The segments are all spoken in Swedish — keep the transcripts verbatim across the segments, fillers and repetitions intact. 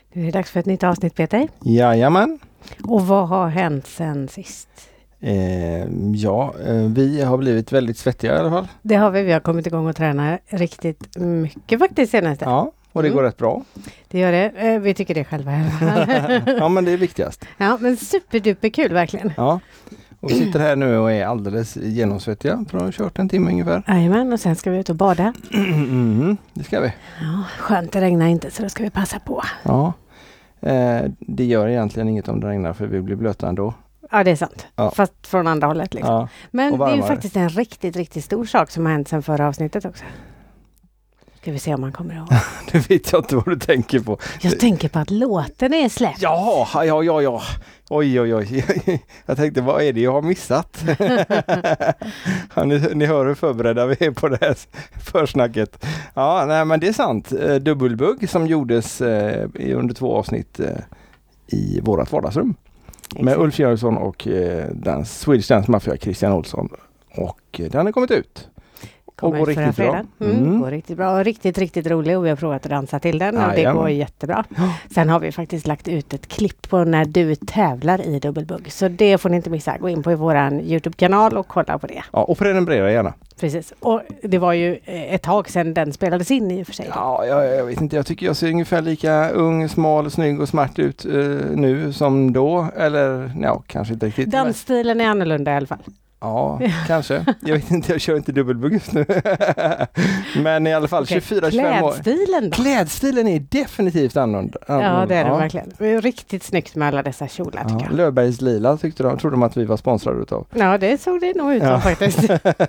Nu är det dags för ett nytt avsnitt, Peter. Jajamän. Och vad har hänt sen sist? Eh, ja, eh, vi har blivit väldigt svettiga i alla fall. Det har vi. Vi har kommit igång och träna riktigt mycket faktiskt senaste. Ja, och det Mm. går rätt bra. Det gör det. Eh, vi tycker det själva. i alla fall. Ja, men det är viktigast. Ja, men superduper kul verkligen. Ja, och vi sitter här nu och är alldeles genomsvettiga för att ha kört en timme ungefär. Jajamän, och sen ska vi ut och bada. Mm, det ska vi. Ja, skönt, det regnar inte så då ska vi passa på. Ja, eh, det gör egentligen inget om det regnar för vi blir blöta ändå. Ja, det är sant. Ja. Fast från andra hållet liksom. Ja, Men och det är ju varmare. faktiskt en riktigt, riktigt stor sak som har hänt sen förra avsnittet också. Ska vi se om man kommer ihåg. det vet jag inte vad du tänker på. Jag tänker på att låten är släppt. Ja, ja, ja, ja. Oj, oj, oj. Jag tänkte, vad är det jag har missat? Ja, ni, ni hör hur förberedda vi är på det här försnacket. Ja, nej, men det är sant. Eh, Dubbelbugg som gjordes eh, i- under två avsnitt eh, i vårat vardagsrum. Med Exakt. Ulf Göransson och eh, den Swedish Dance Mafia Christian Olsson. Och eh, den har kommit ut. Kommer går ut förra riktigt bra. fredagen. Mm, Mm. Går riktigt bra. Och riktigt, riktigt rolig. Och vi har provat att dansa till den. Och det Jajamän. går jättebra. Sen har vi faktiskt lagt ut ett klipp på när du tävlar i dubbelbugg. Så det får ni inte missa. Gå in på våran YouTube-kanal och kolla på det. Ja, och prenumerera gärna. Precis. Och det var ju eh, ett tag sedan den spelades in i och för sig. Ja, jag, jag vet inte. Jag tycker jag ser ungefär lika ung, smal, snygg och smärt ut eh, nu som då. Eller ja, kanske inte riktigt. Dansstilen är annorlunda i alla fall. Ja, kanske. Jag vet inte, jag kör inte dubbelbugg just nu. Men i alla fall Okej, tjugofyra tjugofem år. Klädstilen då? Klädstilen är definitivt annorlunda. Ja, det är den Ja. verkligen. Det är riktigt snyggt med alla dessa kjolar tycker Ja, jag. Löfbergs Lila tyckte de, trodde de att vi var sponsrade utav. Ja, det såg det nog ut som Ja. faktiskt.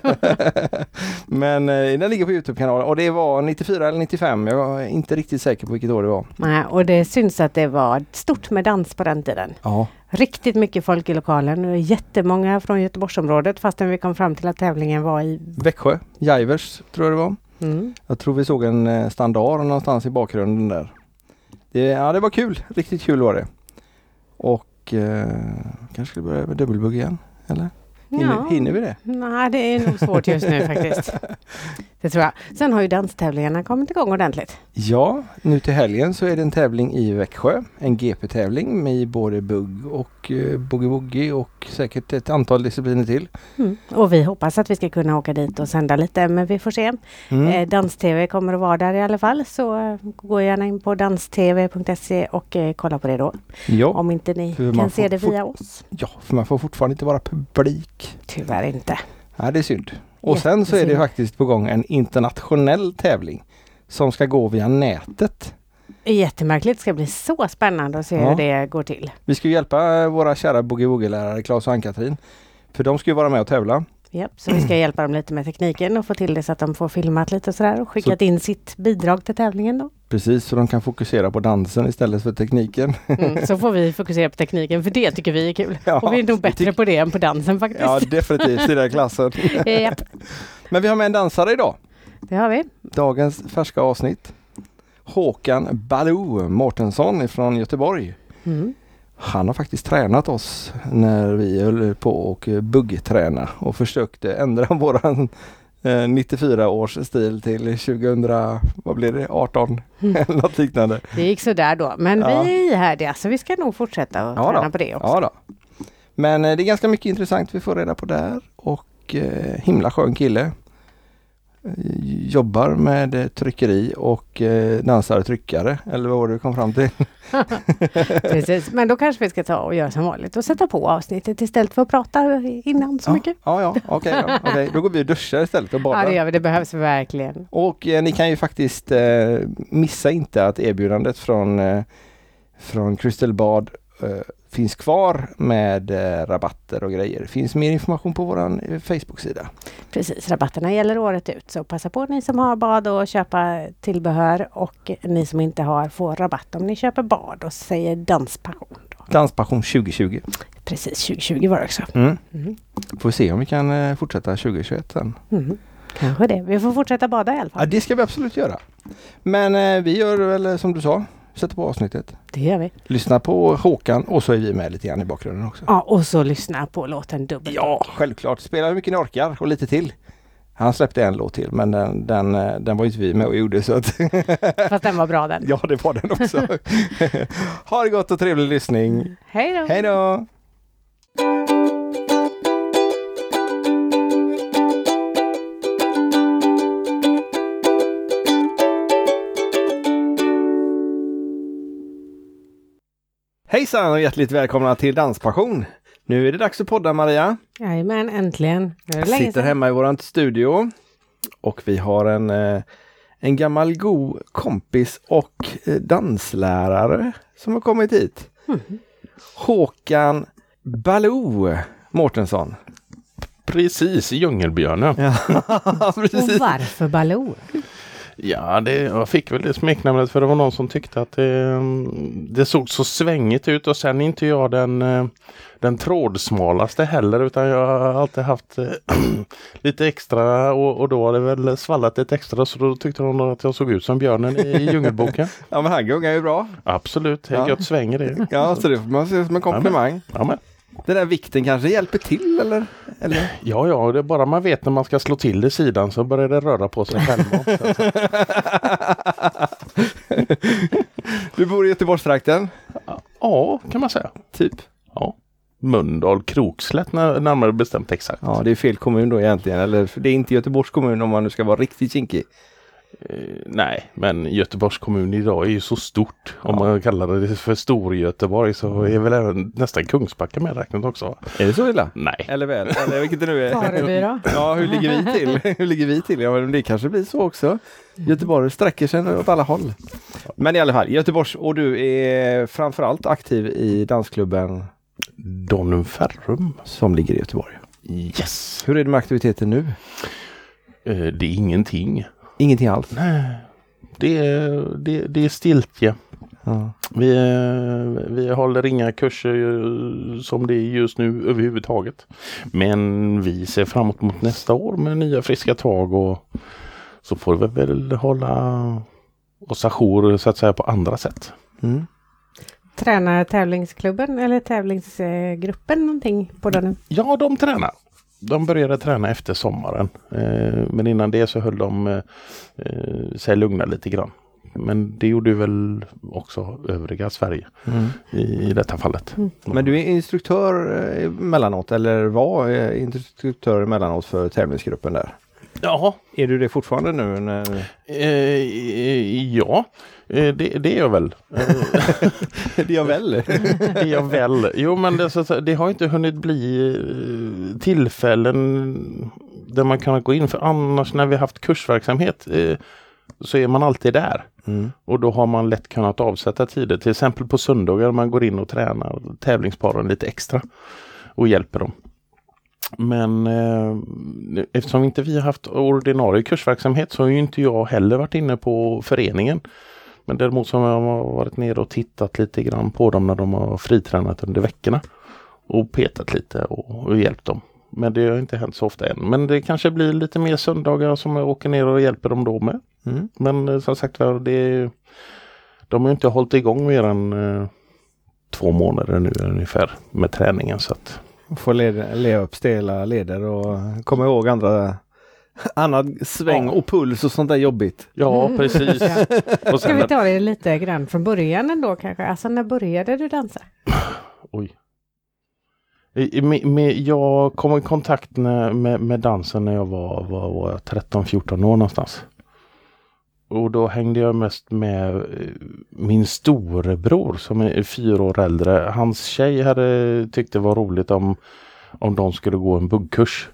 Men eh, den ligger på YouTube-kanalen och det var nittiofyra eller nittiofem. Jag är inte riktigt säker på vilket år det var. Nej, och det syns att det var stort med dans på den tiden. Ja, Riktigt mycket folk i lokalen. Och jättemånga från Göteborgsområdet fastän vi kom fram till att tävlingen var i... Växjö, Jivers tror jag det var. Mm. Jag tror vi såg en eh, standard någonstans i bakgrunden där. Det, ja, det var kul. Riktigt kul var det. Och eh, kanske ska vi börja med dubbelbugg igen, eller? Hinner, Ja. hinner vi det? Nej, det är nog svårt just nu faktiskt. Det tror jag. Sen har ju danstävlingarna kommit igång ordentligt. Ja, nu till helgen så är det en tävling i Växjö. En G P-tävling med både bugg och eh, boogie-woogie och säkert ett antal discipliner till. Mm. Och vi hoppas att vi ska kunna åka dit och sända lite, men vi får se. Mm. Eh, Dans-tv kommer att vara där i alla fall, så eh, gå gärna in på danstv punkt se och eh, kolla på det då. Ja, Om inte ni För man kan får- se det får- via oss. ja, för man får fortfarande inte vara publik. Tyvärr inte. Ja, det är synd. Och sen så är det Jättesynd. faktiskt på gång en internationell tävling som ska gå via nätet. Jättemärkligt. Det ska bli så spännande att se Ja. hur det går till. Vi ska ju hjälpa eh, våra kära boogie-woogie-lärare Claes och Ann-Katrin. För de ska ju vara med och tävla. Japp, så vi ska hjälpa dem lite med tekniken och få till det så att de får filmat lite och sådär och skickat in sitt bidrag till tävlingen då. Precis, så de kan fokusera på dansen istället för tekniken. Mm, så får vi fokusera på tekniken för det tycker vi är kul. Ja, och vi är nog vi bättre tyck- på det än på dansen faktiskt. Ja, definitivt i den här klassen. Japp, Men vi har med en dansare idag. det har vi. Dagens färska avsnitt. Håkan Baloo Mårtensson från Göteborg. Mm. Han har faktiskt tränat oss när vi höll på och buggträna och försökte ändra våran eh, nittiofyra års stil till tjugohundra, vad blir det, arton Mm. eller något liknande. Det gick så där då. Men Ja. vi är ihärdiga så vi ska nog fortsätta och Ja träna då. på det också. Ja då. Men eh, det är ganska mycket intressant vi får reda på där och eh, himla skön kille. Eh, Jobbar med eh, tryckeri och eh, dansar tryckare, eller vad var det du kom fram till? Precis. Men då kanske vi ska ta och göra som vanligt och sätta på avsnittet istället för att prata innan så ja, mycket. Ja, ja, okej då. Okej, då går vi och duschar istället och badar. Ja, det gör vi. Det behövs verkligen. Och eh, ni kan ju faktiskt eh, missa inte att erbjudandet från, eh, från Crystal Bad eh, finns kvar med eh, rabatter och grejer. Det finns mer information på vår eh, Facebook-sida. Precis, rabatterna gäller året ut. Så passa på ni som har bad och köpa tillbehör och ni som inte har får rabatt om ni köper bad och säger danspassion. Då. Danspassion tjugo tjugo. Precis, tjugo tjugo var det också. Mm. Mm. Får se om vi kan eh, fortsätta tjugo tjugoett sen. Mm. Kanske det. Vi får fortsätta bada i alla fall. Ja, det ska vi absolut göra. Men eh, vi gör väl som du sa, sätter på avsnittet. Det gör vi. Lyssna på Håkan och så är vi med lite grann i bakgrunden också. Ja, och så lyssna på låten dubbel. Ja, självklart. Spela hur mycket ni orkar och lite till. Han släppte en låt till, men den, den, den var inte vi med och gjorde. Så att Fast den var bra den. Ja, det var den också. Ha det gott och trevlig lyssning. Hej då! Hej då! Hejsan och hjärtligt välkomna till Danspassion. Nu är det dags att podda, Maria. Jajamän, äntligen. Nu är det länge Sitter sedan. hemma i våran studio och vi har en, eh, en gammal god kompis och eh, danslärare som har kommit hit. Mm. Håkan Baloo Mårtensson. Precis, Djungelbjörnen. Ja, Och precis. varför Baloo? Ja, det, jag fick väl det smeknamnet för det var någon som tyckte att det, det såg så svängigt ut och sen inte jag den, den trådsmalaste heller utan jag har alltid haft lite extra och, och då har det väl svallat lite extra så då tyckte de att jag såg ut som björnen i Djungelboken. Ja, men han gungar ju bra. Absolut, Ja. jag gött svänger det. Ja, så det får man se som en komplimang. Ja, men. Den där vikten kanske hjälper till, eller? eller? Ja, ja, det är bara man vet när man ska slå till i sidan så börjar det röra på sig själv. Du bor i Göteborgstrakten? Ja, kan man säga. Typ. Ja. Mölndal, Krokslätt när, närmare bestämt exakt. Ja, det är fel kommun då egentligen. Eller det är inte Göteborgs kommun om man nu ska vara riktigt kinkig. Eh, nej, men Göteborgs kommun idag är ju så stort. Om Ja. man kallar det för stor Göteborg så är väl även nästan Kungsbacka medräknat också. Är det så illa? Nej. Eller väl? Eller vilket det nu är. Kareby då? Ja, hur ligger vi till? Hur ligger vi till? Ja, men det kanske blir så också. Göteborg sträcker sig åt alla håll. Men i alla fall, Göteborgs, och du är framförallt aktiv i dansklubben Donum Ferrum. som ligger i Göteborg. Yes. Hur är det med aktiviteten nu? Eh, det är ingenting. Ingenting alls. Nej. Det är, det, det är stiltje. Ja. Vi, eh, vi håller inga kurser eh, som det är just nu överhuvudtaget. Men vi ser framåt mot nästa år med nya friska tag och så får vi väl hålla oss ajour så att säga på andra sätt. Mm. Tränar tävlingsklubben eller tävlingsgruppen någonting på den? Ja, de tränar. De började träna efter sommaren. Eh, men innan det så höll de eh, sig lugna lite grann. Men det gjorde väl också övriga Sverige Mm. i, i detta fallet. Mm. Men du är instruktör eh, emellanåt, eller var eh, instruktör emellanåt för tävlingsgruppen där? Ja, Är du det fortfarande nu? När... eh, ja eh, det, det är jag väl. Eh, det är jag väl. det är jag väl. Jo, men det, så, det har inte hunnit bli eh, tillfällen där man kan gå in. För annars när vi har haft kursverksamhet eh, så är man alltid där. Mm. Och då har man lätt kunnat avsätta tider. Till exempel på söndagar man går in och tränar tävlingsparen lite extra och hjälper dem. Men eh, eftersom inte vi har haft ordinarie kursverksamhet så har ju inte jag heller varit inne på föreningen. Men däremot så har jag varit nere och tittat lite grann på dem när de har fritränat under veckorna. Och petat lite och, och hjälpt dem. Men det har inte hänt så ofta än. Men det kanske blir lite mer söndagar som jag åker ner och hjälper dem då med. Mm. Men eh, som sagt var, det, de har ju inte hållit igång mer än eh, två månader nu ungefär med träningen. Så att Få leda, leda upp stela leder och komma ihåg andra annan sväng Ja. och puls och sånt där jobbigt. ja, Mm. precis. Och Ska sen, vi ta det lite grann från början ändå kanske? Alltså när började du dansa? oj. I- Med, med, jag kom i kontakt med, med, med dansen när jag var, var, var tretton fjorton år någonstans. Och då hängde jag mest med eh, min storebror som är fyra år äldre. Hans tjej hade tyckt det var roligt om, om de skulle gå en buggkurs.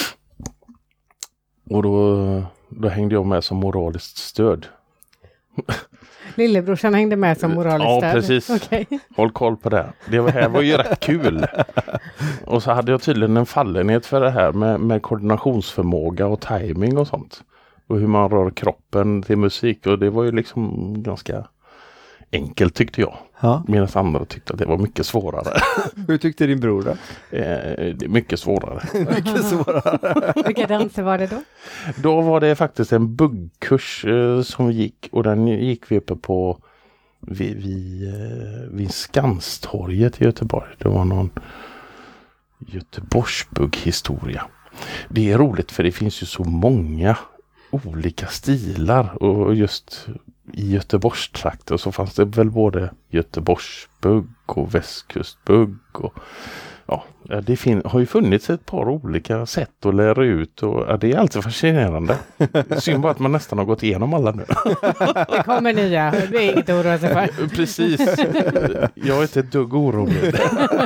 Och då, då hängde jag med som moraliskt stöd. Lillebrorsan hängde med som moraliskt Ja, stöd. precis. Okej. Håll koll på det. Det var, här var ju rätt kul. Och så hade jag tydligen en fallenhet för det här med, med koordinationsförmåga och timing och sånt. Och hur man rör kroppen till musik. Och det var ju liksom ganska enkelt tyckte jag. Ja. Medan andra tyckte att det var mycket svårare. Hur tyckte din bror då? eh, det är mycket svårare. Mycket svårare. Vilka danser var det då? Då var det faktiskt en buggkurs eh, som vi gick. Och den gick vi uppe på vid, vid, eh, vid Skanstorget i Göteborg. Det var någon Göteborgsbugg-historia. Det är roligt för det finns ju så många olika stilar och just i Göteborgstrakten så fanns det väl både Göteborgsbugg och västkustbugg och ja, det fin- har ju funnits ett par olika sätt att lära ut och ja, det är alltid fascinerande. Synd bara att man nästan har gått igenom alla nu. Det kommer nya, det är inget att oroa sig för. Precis. Jag är inte ett dugg orolig.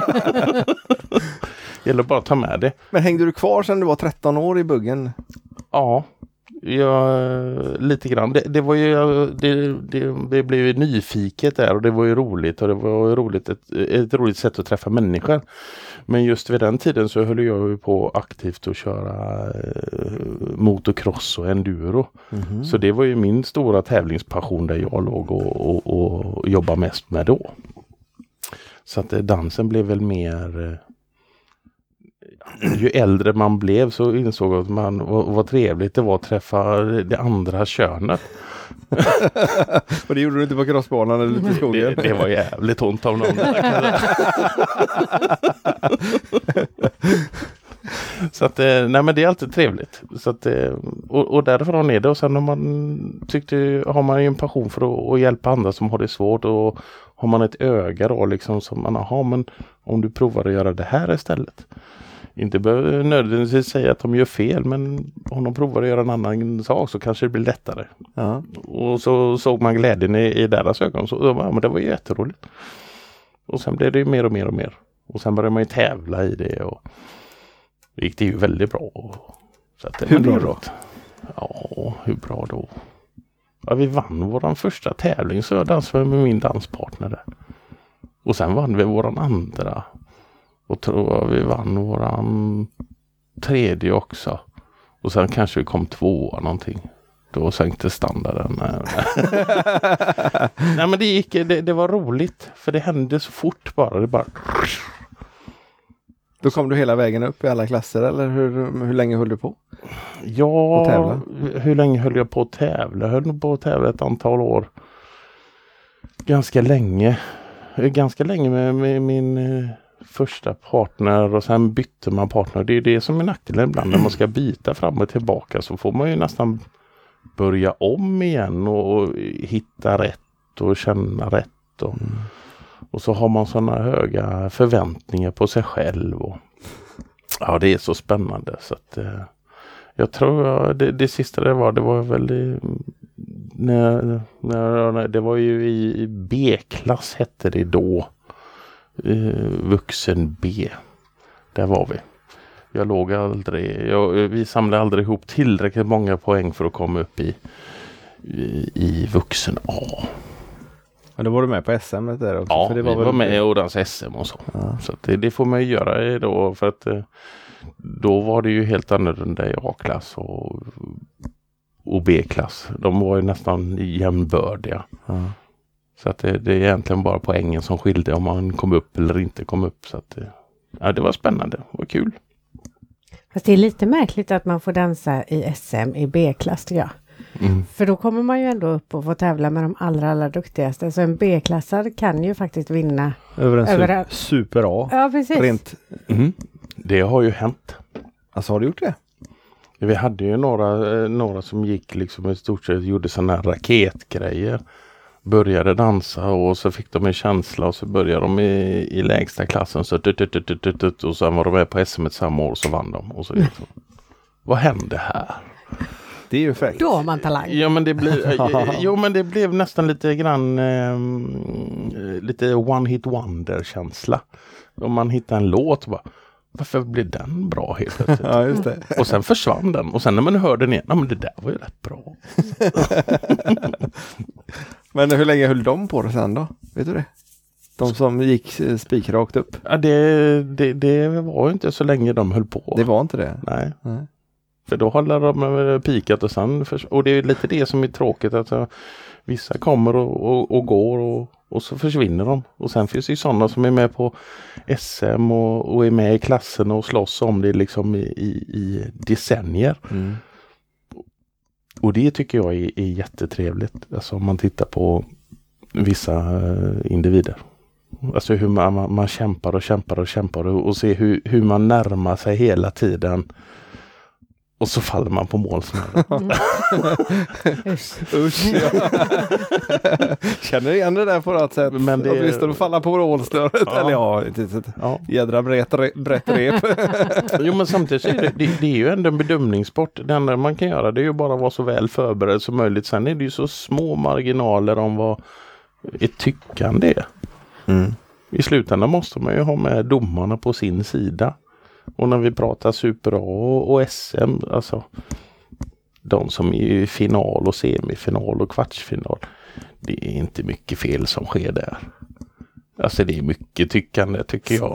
Gäller bara att ta med det. Men hängde du kvar sedan du var tretton år i buggen? Ja, jag, lite grann. Det, det var ju det, det, det blev ju nyfiket där och det var ju roligt och det var ju roligt ett, ett roligt sätt att träffa människor. Men just vid den tiden så höll jag ju på aktivt att köra eh, motocross och enduro. Mm-hmm. Så det var ju min stora tävlingspassion där jag låg och, och, och jobbade mest med då. Så att dansen blev väl mer... Ju äldre man blev så insåg jag att man vad, vad trevligt det var att träffa det andra könet. Och det gjorde du inte på crossbanan eller ute i skogen? Det, det var jävligt ont av någon där. Så att, nej men det är alltid trevligt. Så att, och, och därifrån är det. Och sen har man tyckte, har man ju en passion för att, att hjälpa andra som har det svårt. Och har man ett öga då liksom som man har, men om du provar att göra det här istället. Inte behöver nödvändigtvis säga att de gör fel, men om de provar att göra en annan sak så kanske det blir lättare. Ja. Och så såg man glädjen i, i deras ögon. Så ja, men det var ju jätteroligt. Och sen blev det ju mer och mer och mer. Och sen började man ju tävla i det och det gick det ju väldigt bra. Så att, hur bra då? Ja, hur bra då? Ja, vi vann våran första tävling så jag dansade med min danspartner där. Och sen vann vi våran andra. Och tror jag vi vann våran tredje också. Och sen kanske vi kom tvåa någonting. Då sänkte standarden. Nej men det gick, det, det var roligt. För det hände så fort bara. Det bara... Då kom du hela vägen upp i alla klasser eller hur, hur länge höll du på? Ja, hur länge höll jag på att tävla? Jag höll på att tävla ett antal år. Ganska länge. Ganska länge med, med min... första partner och sen bytte man partner. Det är det som är nackdelen ibland när man ska byta fram och tillbaka så får man ju nästan börja om igen och, och hitta rätt och känna rätt och, mm. och så har man sådana höga förväntningar på sig själv och ja, det är så spännande så att eh, jag tror jag, det, det sista det var det var väl i, när, när, det var ju i, i B-klass hette det då. Uh, vuxen B. Där var vi. Jag låg aldrig, jag, vi samlade aldrig ihop tillräckligt många poäng för att komma upp i i, i vuxen A. Ja, då var du med på S M där också. Ja, för det var vi väl... var med i Ådans S M och så. Ja. Så att det, det får man ju göra då för att då var det ju helt annorlunda i A-klass och, och B-klass. De var ju nästan jämnbördiga. Ja. Så att det, det är egentligen bara poängen som skilde om man kom upp eller inte kom upp. Så att ja, det var spännande och kul. Fast det är lite märkligt att man får dansa i S M i B-klass tycker jag. Mm. För då kommer man ju ändå upp och får tävla med de allra, allra duktigaste. Så en B-klassare kan ju faktiskt vinna. Över en över... Su- super-A. Ja, precis. Rent... Mm. Det har ju hänt. Alltså har du gjort det? Vi hade ju några, några som gick liksom i stort sett gjorde sådana här raketgrejer. Började dansa och så fick de en känsla och så började de i, i lägsta klassen så tut, tut, tut, tut, tut, och sen var de med på S M ett samma år och så vann de. Och så liksom. Vad hände här? Det är ju fräckt. Då har man talang. Ja, men det blev, jo, men det blev nästan lite grann eh, lite one hit wonder känsla. Om man hittar en låt bara, varför blev den bra helt plötsligt? Ja, just det. Och sen försvann den. Och sen när man hörde den igen, ja men det där var ju rätt bra. Men hur länge höll de på det sen då? Vet du det? De som gick spikrakt upp. Ja, det, det, det var ju inte så länge de höll på. Det var inte det? Nej. Nej. För då håller de pikat och sen... För, och det är lite det som är tråkigt att uh, vissa kommer och, och, och går och, och så försvinner de. Och sen finns det ju sådana som är med på S M och, och är med i klassen och slåss om det liksom i, i, i decennier. Mm. Och det tycker jag är, är jättetrevligt. Alltså om man tittar på vissa uh, individer. Alltså hur man, man, man kämpar och kämpar och kämpar och, och se hur, hur man närmar sig hela tiden. Och så faller man på målsnöret. Mm. Usch. Usch, ja. Känner igen det där på något sätt. Men det- Åtminstone att falla på målsnöret. Ja. Eller ja, ett litet Ja. jädra brett, re- brett rep. Jo, men samtidigt så är det, det, det är ju ändå en bedömningssport. Det enda man kan göra det är ju bara att vara så väl förberedd som möjligt. Sen är det ju så små marginaler om vad ett tyckande är. Mm. I slutändan måste man ju ha med domarna på sin sida. Och när vi pratar Super A och, och S M, alltså de som är i final och semifinal och kvartsfinal, det är inte mycket fel som sker där. Alltså det är mycket tyckande tycker jag.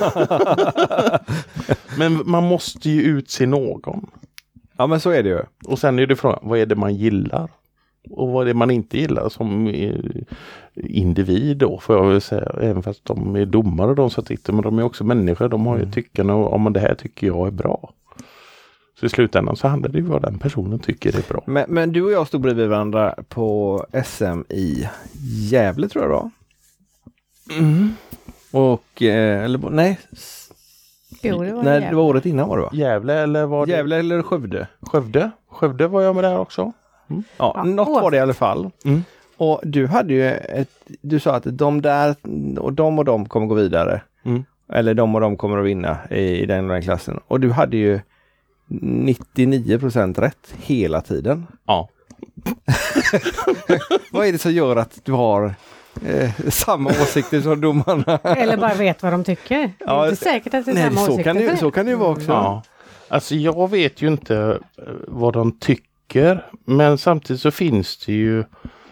Men man måste ju utse någon. Ja, men så är det ju. Och sen är det frågan, vad är det man gillar? Och vad är det man inte gillar som individ då, får jag väl säga. Även fast de är domare de som tittar, men de är också människor. De har ju tyckande och om det här tycker jag är bra. Så i slutändan så handlar det ju vad den personen tycker är bra. Men, men du och jag stod bredvid varandra på S M i Gävle tror jag då. Mm. Och, eh, eller nej. Jo, det var Nej, jävligt. det var året innan var det va? Gävle eller var det? Gävle eller Skövde? Skövde. Skövde var jag med där också. Ja, Ja, något åh. var det i alla fall. Mm. Och du hade ju ett, du sa att de där och de och de kommer gå vidare. Mm. Eller de och de kommer att vinna i, i den och den klassen. Och du hade ju nittionio procent rätt hela tiden. Ja. Vad är det som gör att du har eh, samma åsikter som domarna? Eller bara vet vad de tycker. Det är Ja, inte säkert att det är Nej, samma så åsikter. kan, det, för så kan det ju vara också. Ja. Alltså jag vet ju inte eh, vad de tycker, men samtidigt så finns det ju,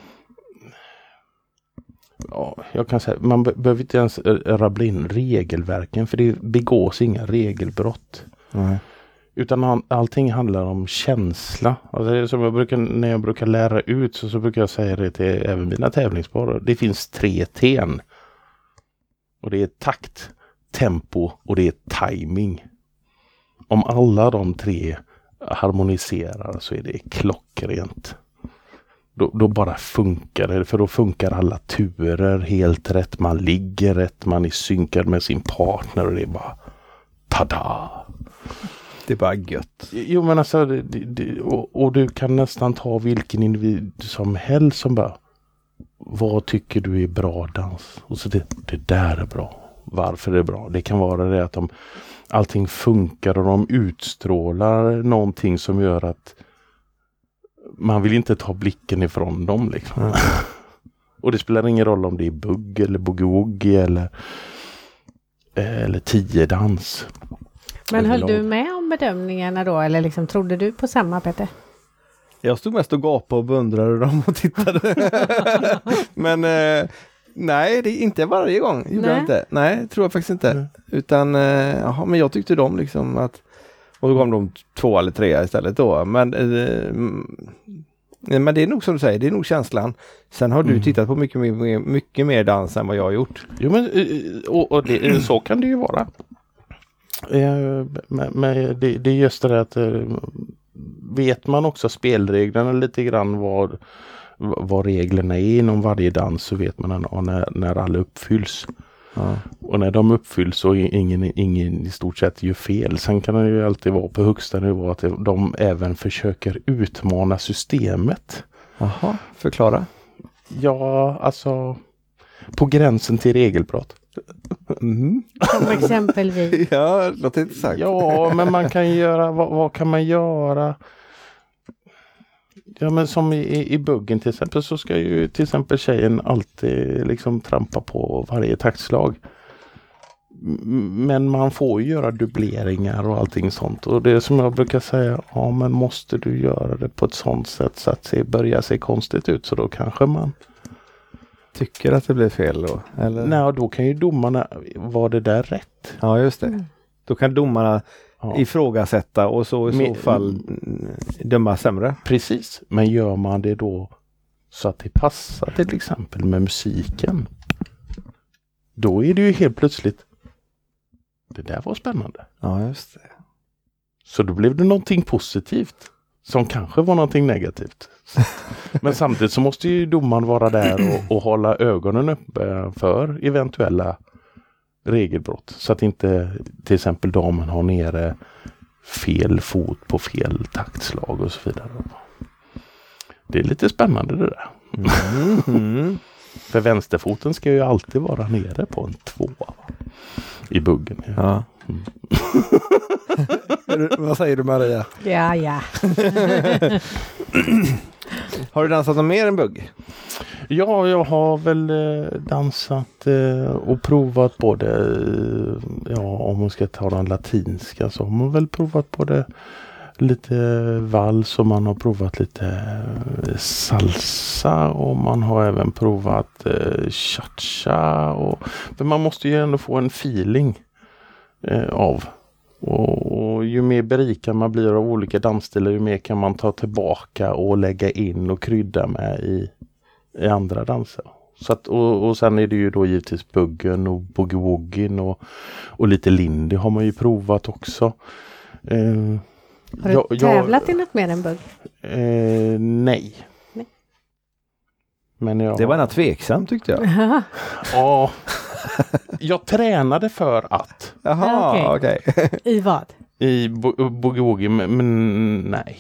ja, jag kan säga, man be- behöver inte ens eh, rabbla in regelverken, för det begås inga regelbrott. Nej. Utan all, allting handlar om känsla. Alltså det är som jag brukar, när jag brukar lära ut så, så brukar jag säga det till även mina tävlingsparer. Det finns tre T:n. Och det är takt, tempo och det är timing. Om alla de tre harmoniserar så är det klockrent. Då, då bara funkar det, för då funkar alla turer helt rätt. Man ligger rätt, man är synkad med sin partner och det är bara tada! Det är bara gött. Jo men alltså, det, det, och, och du kan nästan ta vilken individ som helst som bara, vad tycker du är bra dans? Och så det, det där är bra. Varför är det bra? Det kan vara det att de, allting funkar och de utstrålar någonting som gör att man vill inte ta blicken ifrån dem liksom. Mm. Och det spelar ingen roll om det är bugg eller boogie-woogie eller, eller tiodans. Men höll du med om bedömningarna då? Eller liksom, trodde du på samma, Peter? Jag stod mest och gapade och beundrade dem och tittade. Men eh, nej, det är inte varje gång. Gjorde Nej. jag inte. Nej, tror jag faktiskt inte. Nej. Utan, eh, jaha, men jag tyckte de liksom att, och då kom de två eller tre istället då. Men, eh, mm, men det är nog som du säger, det är nog känslan. Sen har du Mm. tittat på mycket mer, mycket mer dans än vad jag har gjort. Jo men eh, och, och det, så kan det ju vara. Eh, Men, men det, det är just det där att eh, vet man också spelreglerna lite grann vad, vad reglerna är inom varje dans, så vet man när, när alla uppfylls. Ja. Och när de uppfylls så är ingen, ingen i stort sett gör fel. Sen kan det ju alltid vara på högsta nivå att de även försöker utmana systemet. Jaha, förklara. Ja, alltså på gränsen till regelbrott. Mm. Som exempelvis. Ja, det låter intressant. Ja, men man kan göra, vad, vad kan man göra? Ja, men som i, i buggen till exempel, så ska ju till exempel tjejen alltid liksom trampa på varje taktslag. M- Men man får ju göra dubbleringar och allting sånt. Och det är som jag brukar säga, ja men måste du göra det på ett sånt sätt så att det börjar se konstigt ut, så då kanske man... Tycker att det blir fel då? Eller? Nej, då kan ju domarna, var det där rätt? Ja, just det. Mm. Då kan domarna Ja. ifrågasätta och så i så Men- fall mm, döma sämre. Precis, men gör man det då så att det passar till exempel med musiken, då är det ju helt plötsligt, det där var spännande. Ja, just det. Så då blev det någonting positivt. Som kanske var någonting negativt. Men samtidigt så måste ju domaren vara där och, och hålla ögonen uppe för eventuella regelbrott. Så att inte till exempel damen har nere fel fot på fel taktslag och så vidare. Det är lite spännande det där. Mm. För vänsterfoten ska ju alltid vara nere på en tvåa i buggen. Ja. Mm. Vad säger du, Maria? Ja, ja. Har du dansat något mer än bugg? Ja, jag har väl eh, dansat eh, och provat både, eh, ja om man ska ta den latinska så har man väl provat både lite vals och man har provat lite eh, salsa och man har även provat eh, cha-cha. Och, för man måste ju ändå få en feeling eh, av. Och, och ju mer berikad man blir av olika dansstilar ju mer kan man ta tillbaka och lägga in och krydda med i i andra danser. Så att, och, och sen är det ju då givetvis buggen och boogie-woogien och, och lite lindy har man ju provat också. Eh, har du jag, tävlat jag, i något mer än bugg? Eh, nej. nej. Men jag, det var något tveksamt tyckte jag. Ja. Jag tränade för att. Jaha, okej. Okay. Okay. I vad? I bo- boogie-woogie, men, men nej.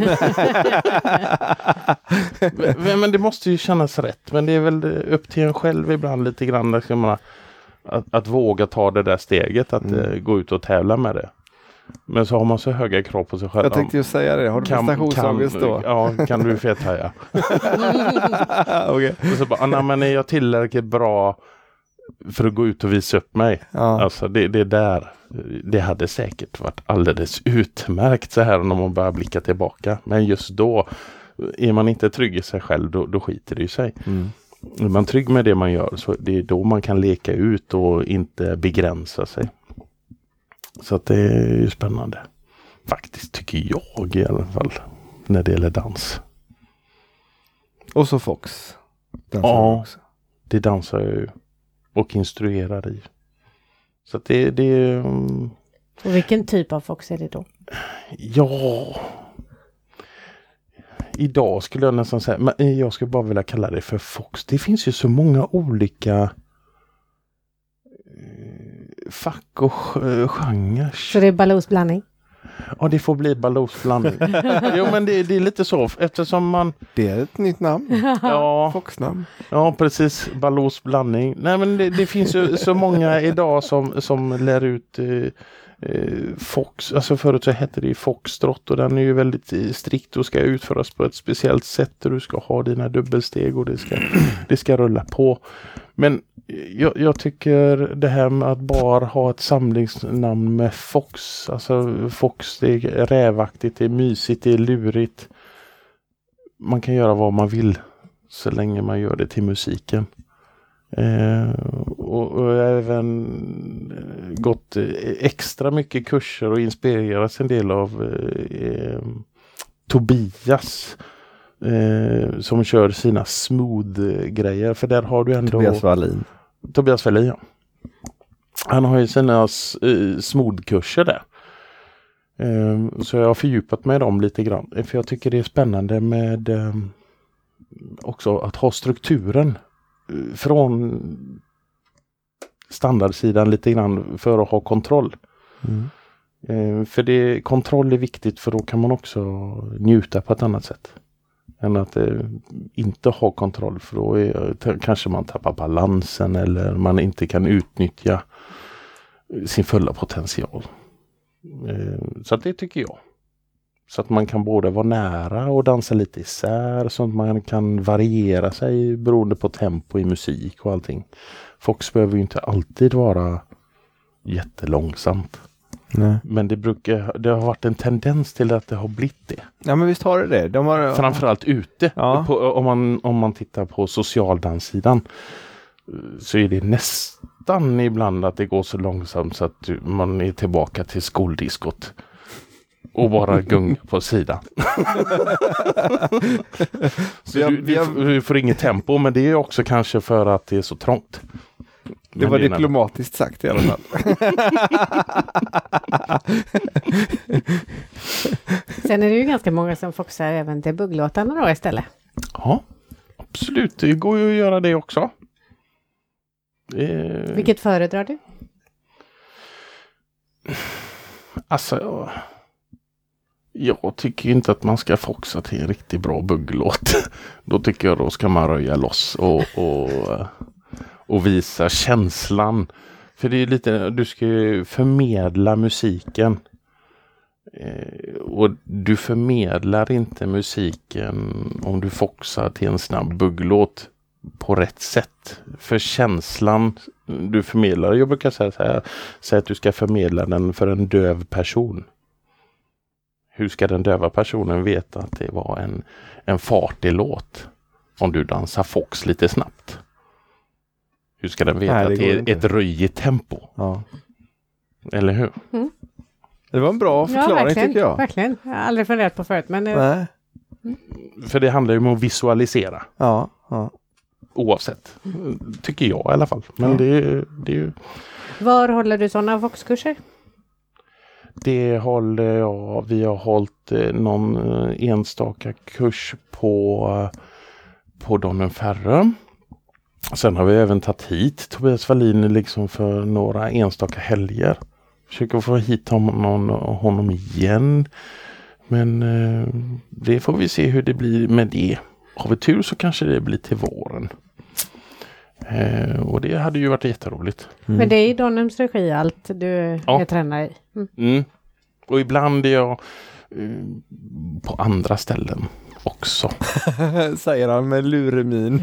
men, men det måste ju kännas rätt. Men det är väl upp till en själv ibland lite grann. Där ska man, att, att våga ta det där steget. Att mm. uh, gå ut och tävla med det. Men så har man så höga krav på sig själv. Jag tänkte ju säga det. Har du prestationsångest då? Ja, kan du fethaja. Okay. Och så bara, nej men är jag tillräckligt bra för att gå ut och visa upp mig? Ja. Alltså det, det där. Det hade säkert varit alldeles utmärkt så här när man börjar blicka tillbaka. Men just då är man inte trygg i sig själv, då, då skiter det i sig. Mm. Är man trygg med det man gör så det är då man kan leka ut och inte begränsa sig. Så att det är ju spännande. Faktiskt tycker jag i alla fall när det gäller dans. Och så Fox. Dansar ja, också. Det dansar jag ju och instruerar i. Så att det, det um... Och vilken typ av Fox är det då? Ja. Idag skulle jag nästan säga, men jag skulle bara vilja kalla det för Fox. Det finns ju så många olika fack och genrer. Så det är Baloo-blandning? Ja, det får bli Baloo-blandning. Jo, men det, det är lite så eftersom man... Det är ett nytt namn. Ja. Fox-namn. Ja, precis. Baloo-blandning. Nej, men det, det finns ju så många idag som, som lär ut eh, Fox. Alltså förut så hette det ju Foxtrot och den är ju väldigt strikt och ska utföras på ett speciellt sätt där du ska ha dina dubbelsteg och det ska, det ska rulla på. Men jag, jag tycker det här med att bara ha ett samlingsnamn med Fox. Alltså Fox, det är rävaktigt, det är mysigt, det är lurigt. Man kan göra vad man vill så länge man gör det till musiken. Eh, och, och jag har även gått extra mycket kurser och inspirerats en del av eh, Tobias eh, som kör sina smooth-grejer. För där har du ändå... Tobias Wallin. Tobias Wallin, ja. Han har ju sina uh, smooth-kurser där. Um, så jag har fördjupat mig i dem lite grann. För jag tycker det är spännande med um, också att ha strukturen uh, från standardsidan lite grann för att ha kontroll. Mm. Uh, för det, kontroll är viktigt för då kan man också njuta på ett annat sätt. Än att eh, inte ha kontroll för då är, t- kanske man tappar balansen eller man inte kan utnyttja sin fulla potential. Eh, så att det tycker jag. Så att man kan både vara nära och dansa lite isär så att man kan variera sig beroende på tempo i musik och allting. Fox behöver ju inte alltid vara jättelångsamt. Nej. Men det brukar det har varit en tendens till att det har blivit det. Ja, men visst har det det. De har, framförallt ute. Ja. På, om, man, om man tittar på socialdanssidan så är det nästan ibland att det går så långsamt så att man är tillbaka till skoldiskot och bara gung på sidan. Så jag, du, du, du får inget tempo, men det är också kanske för att det är så trångt. Det var diplomatiskt sagt i alla fall. Sen är det ju ganska många som foxar även till bugglåtarna då istället. Ja, absolut. Det går ju att göra det också. Eh... Vilket föredrar du? Alltså, jag tycker inte att man ska foxa till en riktigt bra bugglåt. Då tycker jag då ska man röja loss och, och, och visa känslan. För det är lite, du ska ju förmedla musiken. Eh, och du förmedlar inte musiken om du foxar till en snabb bugglåt på rätt sätt. För känslan du förmedlar, jag brukar säga så här, säga att du ska förmedla den för en döv person. Hur ska den döva personen veta att det var en, en fartig låt om du dansar fox lite snabbt? Hur ska den veta Nej, det att det är inte. Ett röjigt tempo? Ja. Eller hur? Mm. Det var en bra förklaring ja, tycker jag. Verkligen. Jag har aldrig funderat på förut. Men, Nej. Mm. För det handlar ju om att visualisera. Ja, ja. Oavsett. Tycker jag i alla fall. Men ja. det, det är ju... Var håller du sådana foxkurser? Det håller jag. Vi har hållit någon enstaka kurs på, på Donnen Färre. Sen har vi även tagit hit Tobias Wallin liksom för några enstaka helger. Försöker få hit honom, honom igen. Men eh, det får vi se hur det blir med det. Har vi tur så kanske det blir till våren. Eh, och det hade ju varit jätteroligt. Mm. Men det är i Donnems regi allt du ja. är tränare i. Mm. Mm. Och ibland är jag eh, på andra ställen också. Säger han med luremin.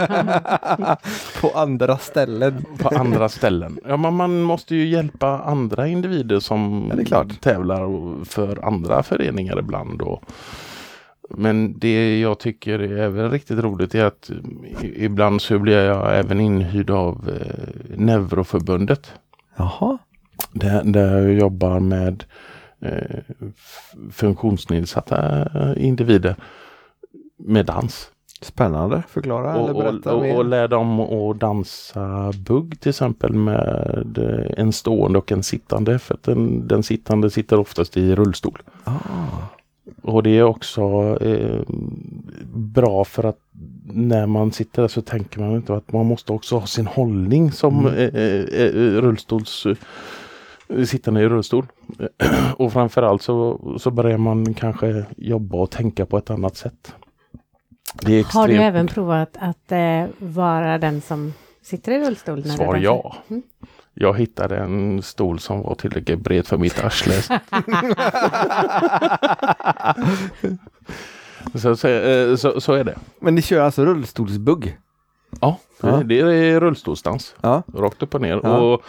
På andra ställen. På andra ställen. Ja, men man måste ju hjälpa andra individer som ja, det är klart. Tävlar för andra föreningar ibland. Och, men det jag tycker är även riktigt roligt är att ibland så blir jag även inhyrd av eh, Neuroförbundet. Jaha. Där, där jag jobbar med eh, funktionsnedsatta individer med dans. Spännande, förklara och, eller berätta och, mer. Och lär dem att dansa bugg till exempel med en stående och en sittande. För att den, den sittande sitter oftast i rullstol. Ah. Och det är också eh, bra för att när man sitter där så tänker man inte att man måste också ha sin hållning som mm. eh, eh, rullstols sittande i rullstol. Och framförallt så, så börjar man kanske jobba och tänka på ett annat sätt. Det är extremt... Har du även provat att eh, vara den som sitter i rullstol? När Svar ja. Mm. Jag hittade en stol som var tillräckligt bred för mitt arsle. så, så, så, så är det. Men ni kör alltså rullstolsbugg? Ja, ja. Det är rullstolsdans. Ja. Rakt upp och ner. Ja. Och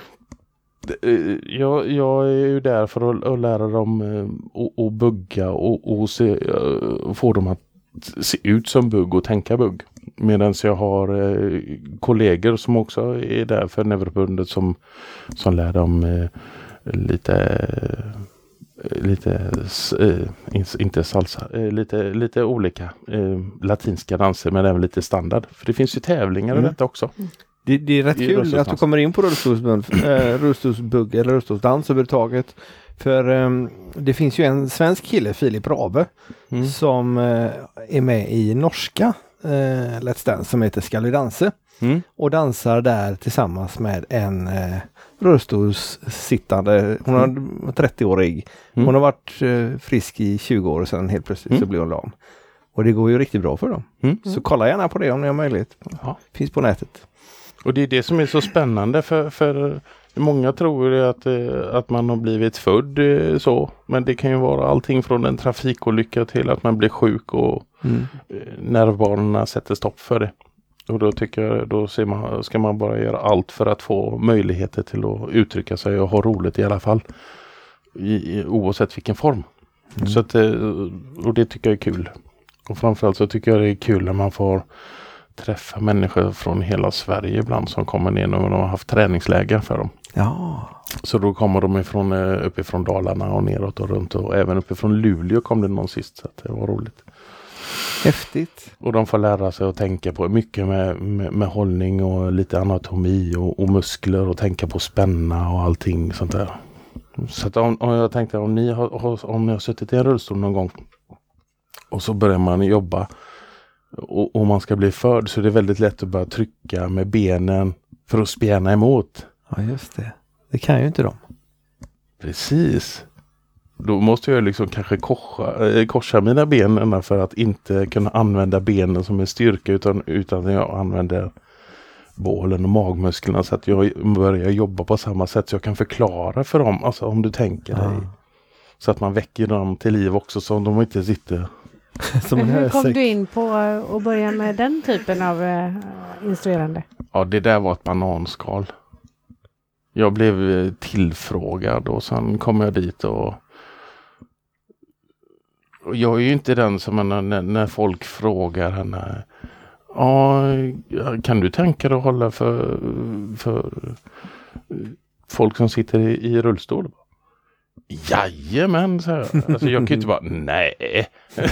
jag, jag är ju där för att, att lära dem att, att bugga och, och se, få dem att se ut som bugg och tänka bugg. Medan jag har eh, kollegor som också är där för Neuroförbundet som, som lär dem eh, lite eh, lite eh, inte salsa, eh, lite, lite olika eh, latinska danser men även lite standard. För det finns ju tävlingar mm. i detta också. Mm. Det, det är rätt kul att du kommer in på rullstolsbugg, äh, rullstolsbugg eller rullstolsdans överhuvudtaget. För um, det finns ju en svensk kille, Filip Rabe, mm. som uh, är med i norska uh, Let's Dance som heter Skal vi danse. Mm. Och dansar där tillsammans med en uh, rullstolssittande, hon är mm. trettio-årig. Mm. Hon har varit uh, frisk i tjugo år och sen helt plötsligt mm. så blir hon lam. Och det går ju riktigt bra för dem. Mm. Så kolla gärna på det om ni har möjlighet. Ja. Finns på nätet. Och det är det som är så spännande för, för många tror att, att man har blivit född så. Men det kan ju vara allting från en trafikolycka till att man blir sjuk och mm. nervbanorna sätter stopp för det. Och då tycker jag, då ser man, ska man bara göra allt för att få möjligheter till att uttrycka sig och ha roligt i alla fall. I, oavsett vilken form. Mm. Så att, och det tycker jag är kul. Och framförallt så tycker jag det är kul när man får träffa människor från hela Sverige ibland som kommer ner och de har haft träningsläger för dem. Ja. Så då kommer de ifrån, uppifrån Dalarna och neråt och runt och även uppifrån Luleå kom det någon sist så att det var roligt. Häftigt. Och de får lära sig att tänka på mycket med, med, med hållning och lite anatomi och, och muskler och tänka på spänna och allting sånt där. Så att om, om jag tänkte om ni har, om ni har suttit i en rullstol någon gång och så börjar man jobba och, och man ska bli förd, så är det väldigt lätt att börja trycka med benen för att spjärna emot. Ja, just det. Det kan ju inte de. Precis. Då måste jag liksom kanske korsa, eh, korsa mina ben för att inte kunna använda benen som en styrka, utan, utan jag använder bålen och magmusklerna, så att jag börjar jobba på samma sätt så jag kan förklara för dem, alltså om du tänker dig. Ja. Så att man väcker dem till liv också, så de inte sitter... Som en Hur kom hösäck. du in på att börja med den typen av uh, instruerande? Ja, det där var ett bananskal. Jag blev eh, tillfrågad och sen kom jag dit och... och jag är ju inte den som när, när folk frågar henne, ja, kan du tänka dig att hålla för, för folk som sitter i, i rullstol? Jajamän, så här. Alltså jag kan ju inte bara, nej.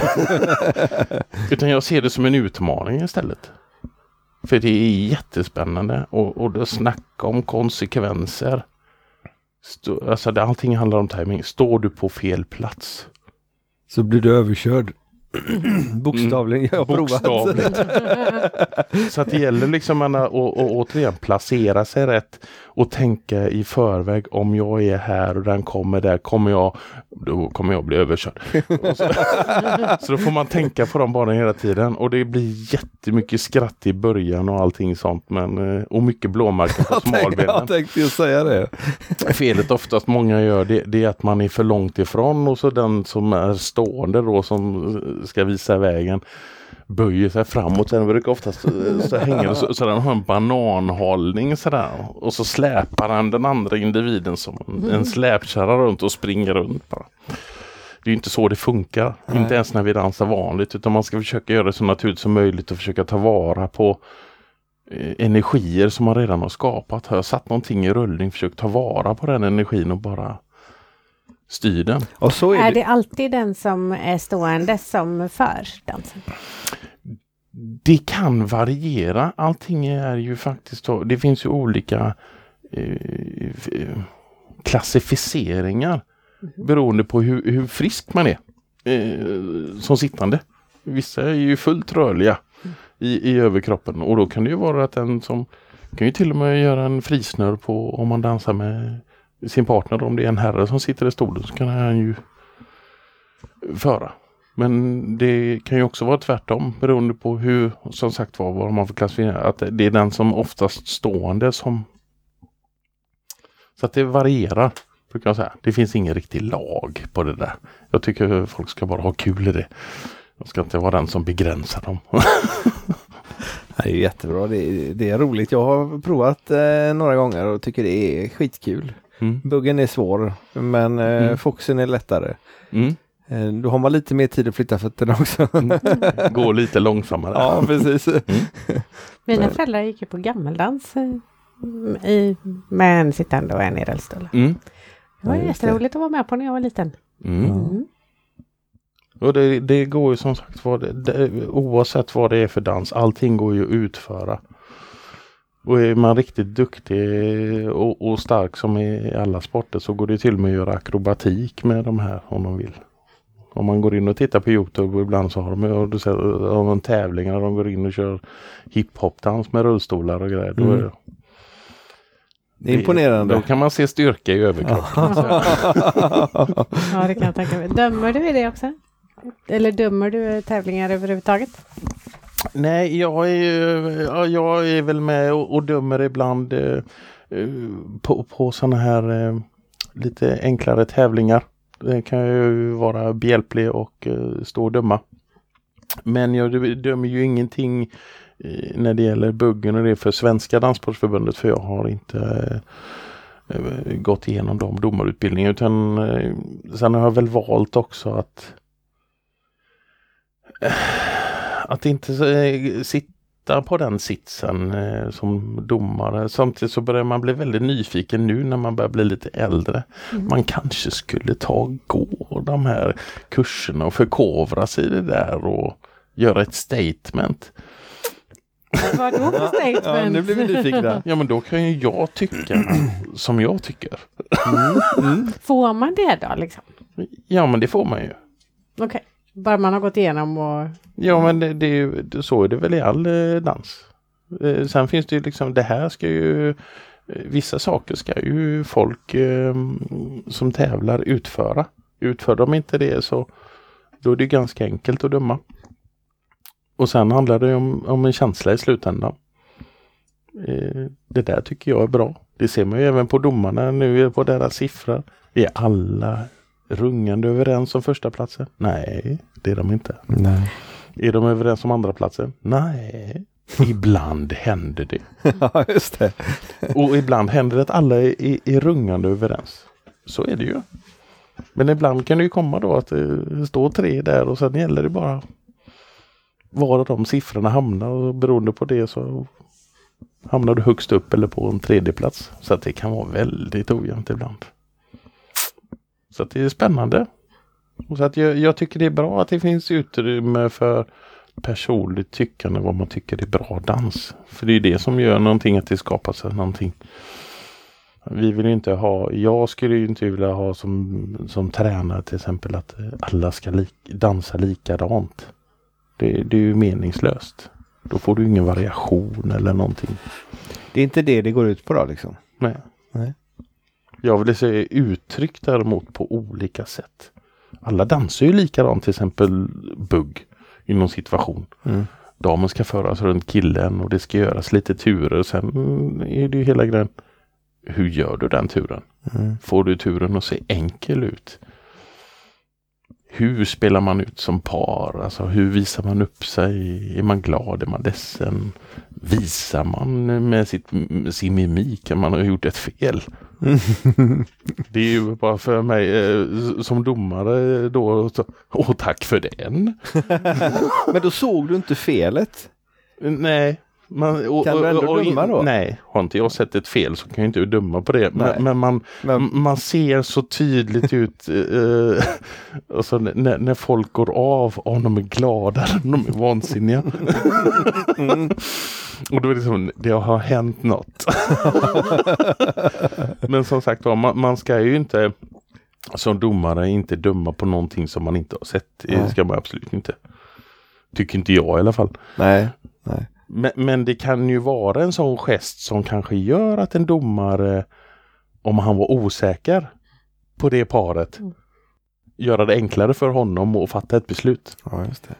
Utan jag ser det som en utmaning istället. För det är jättespännande och, och det snacka om konsekvenser. Stå, alltså det, allting handlar om timing. Står du på fel plats, Så blir du överkörd. Bokstavligen, jag har provat. Bokstavligt. Så att det gäller liksom att, att, att återigen placera sig rätt och tänka i förväg, om jag är här och den kommer där, kommer jag, då kommer jag bli överkörd. Och så, så då får man tänka på de barnen hela tiden, och det blir jättemycket skratt i början och allting sånt, men, och mycket blåmärken på smalbenen. Jag tänkte ju säga det. Felet oftast många gör det, det är att man är för långt ifrån, och så den som är stående då som ska visa vägen böjer sig framåt. Den brukar oftast så hänga så, så den har en bananhållning sådär, och så släpar han den andra individen som en, en släpkärra runt och springer runt bara. Det är ju inte så det funkar. Nej. Inte ens när vi dansar vanligt, utan man ska försöka göra det så naturligt som möjligt och försöka ta vara på eh, energier som man redan har skapat. Har jag satt någonting i rullning, försök ta vara på den energin och bara styr den. Och så är, är det... det alltid den som är stående som för dansen? Det kan variera. Allting är ju faktiskt så. Det finns ju olika eh, klassificeringar mm-hmm. beroende på hur, hur frisk man är eh, som sittande. Vissa är ju fullt rörliga mm. i, i överkroppen, och då kan det ju vara att en som kan ju till och med göra en frisnör på om man dansar med sin partner. Om det är en herre som sitter i stolen så kan han ju föra. Men det kan ju också vara tvärtom, beroende på hur, som sagt var, vad man får klassificera. Att det är den som oftast stående som... Så att det varierar, brukar jag säga. Det finns ingen riktig lag på det där. Jag tycker folk ska bara ha kul i det. Jag ska inte vara den som begränsar dem. Det är jättebra, det är, det är roligt. Jag har provat eh, några gånger och tycker det är skitkul. Mm. Buggen är svår, men eh, mm. foxen är lättare. Mm. Eh, då har man lite mer tid att flytta fötterna också. Mm. Gå lite långsammare. Ja, precis. Mm. Mina men. föräldrar gick ju på gammaldans i, med en sittande och en i rullstol. Mm. Det var ja, jätteroligt att vara med på när jag var liten. Mm. Mm. Och det, det går ju som sagt vad det, det, oavsett vad det är för dans, allting går ju att utföra. Och är man riktigt duktig och, och stark som i alla sporter, så går det till och med att göra akrobatik med de här om de vill. Om man går in och tittar på YouTube, och ibland så har de, och du ser om en tävling när de går in och kör hiphop-dans med rullstolar och grejer. Då är det, det är imponerande. Då kan man se styrka i överkroppen. Ja, det kan jag tänka mig. Dömer du i det också? Eller dömer du tävlingar överhuvudtaget? Nej, jag är, jag är väl med och, och dömer ibland eh, på, på sådana här eh, lite enklare tävlingar. Det kan ju vara behjälplig och eh, stå och döma. Men jag dömer ju ingenting eh, när det gäller buggen och det för Svenska Danssportförbundet, för jag har inte eh, gått igenom de domarutbildningarna, utan eh, sen har jag väl valt också att att inte eh, sitta på den sitsen eh, som domare. Samtidigt så börjar man bli väldigt nyfiken nu när man börjar bli lite äldre. Mm. Man kanske skulle ta gå de här kurserna och förkovra sig i det där och göra ett statement. Vad då för statement? Ja, nu blir vi nyfikna. Ja, men då kan ju jag tycka som jag tycker. Mm. Mm. Får man det då liksom? Ja, men det får man ju. Okej, okay. Bara man har gått igenom och... Ja, men det, det, så är det väl i all eh, dans. Eh, sen finns det ju liksom, det här ska ju, eh, vissa saker ska ju folk eh, som tävlar utföra. Utför de inte det så då är det ganska enkelt att döma. Och sen handlar det om, om en känsla i slutändan. Eh, det där tycker jag är bra. Det ser man ju även på domarna nu på deras siffror. Är alla rungande överens om första platsen? Nej, det är de inte. Nej. Är de överens om andra platsen? Nej. Ibland händer det. Ja, just det. Och ibland händer det att alla är, är, är rungande överens. Så är det ju. Men ibland kan det ju komma då att det står tre där och sen gäller det bara var de siffrorna hamnar och beroende på det så hamnar du högst upp eller på en tredje plats. Så att det kan vara väldigt ojämnt ibland. Så att det är spännande. Och så att jag, jag tycker det är bra att det finns utrymme för personligt tyckande vad man tycker är bra dans. För det är det som gör någonting att det skapar sig någonting. Vi vill ju inte ha, jag skulle ju inte vilja ha som, som tränare till exempel att alla ska li, dansa likadant. Det, det är ju meningslöst. Då får du ingen variation eller någonting. Det är inte det det går ut på då liksom? Nej. Nej. Jag vill säga uttryck däremot på olika sätt. Alla dansar ju likadant, till exempel bugg i någon situation. Mm. Damen ska föras runt killen och det ska göras lite turer. Sen är det ju hela grejen. Hur gör du den turen? Mm. Får du turen att se enkel ut? Hur spelar man ut som par? Alltså hur visar man upp sig? Är man glad? Är man ledsen? Visar man med sitt, sin mimik att man har gjort ett fel? Mm. Det är ju bara för mig eh, som domare då. Åh, tack för den. Men då såg du inte felet? Nej. Man, och, kan du ändå och, och, döma då? Nej, har inte jag sett ett fel så kan jag inte döma på det. Men, men, man, men man ser så tydligt ut eh, alltså, när, när folk går av om de är glada, de är vansinniga. Mm. Och då är det som, det har hänt något. Men som sagt man, man ska ju inte som domare inte döma på någonting som man inte har sett. Det ska man absolut inte. Tycker inte jag i alla fall. Nej, nej. Men, men det kan ju vara en sån gest som kanske gör att en domare, om han var osäker på det paret, mm. göra det enklare för honom att fatta ett beslut. Ja, just det.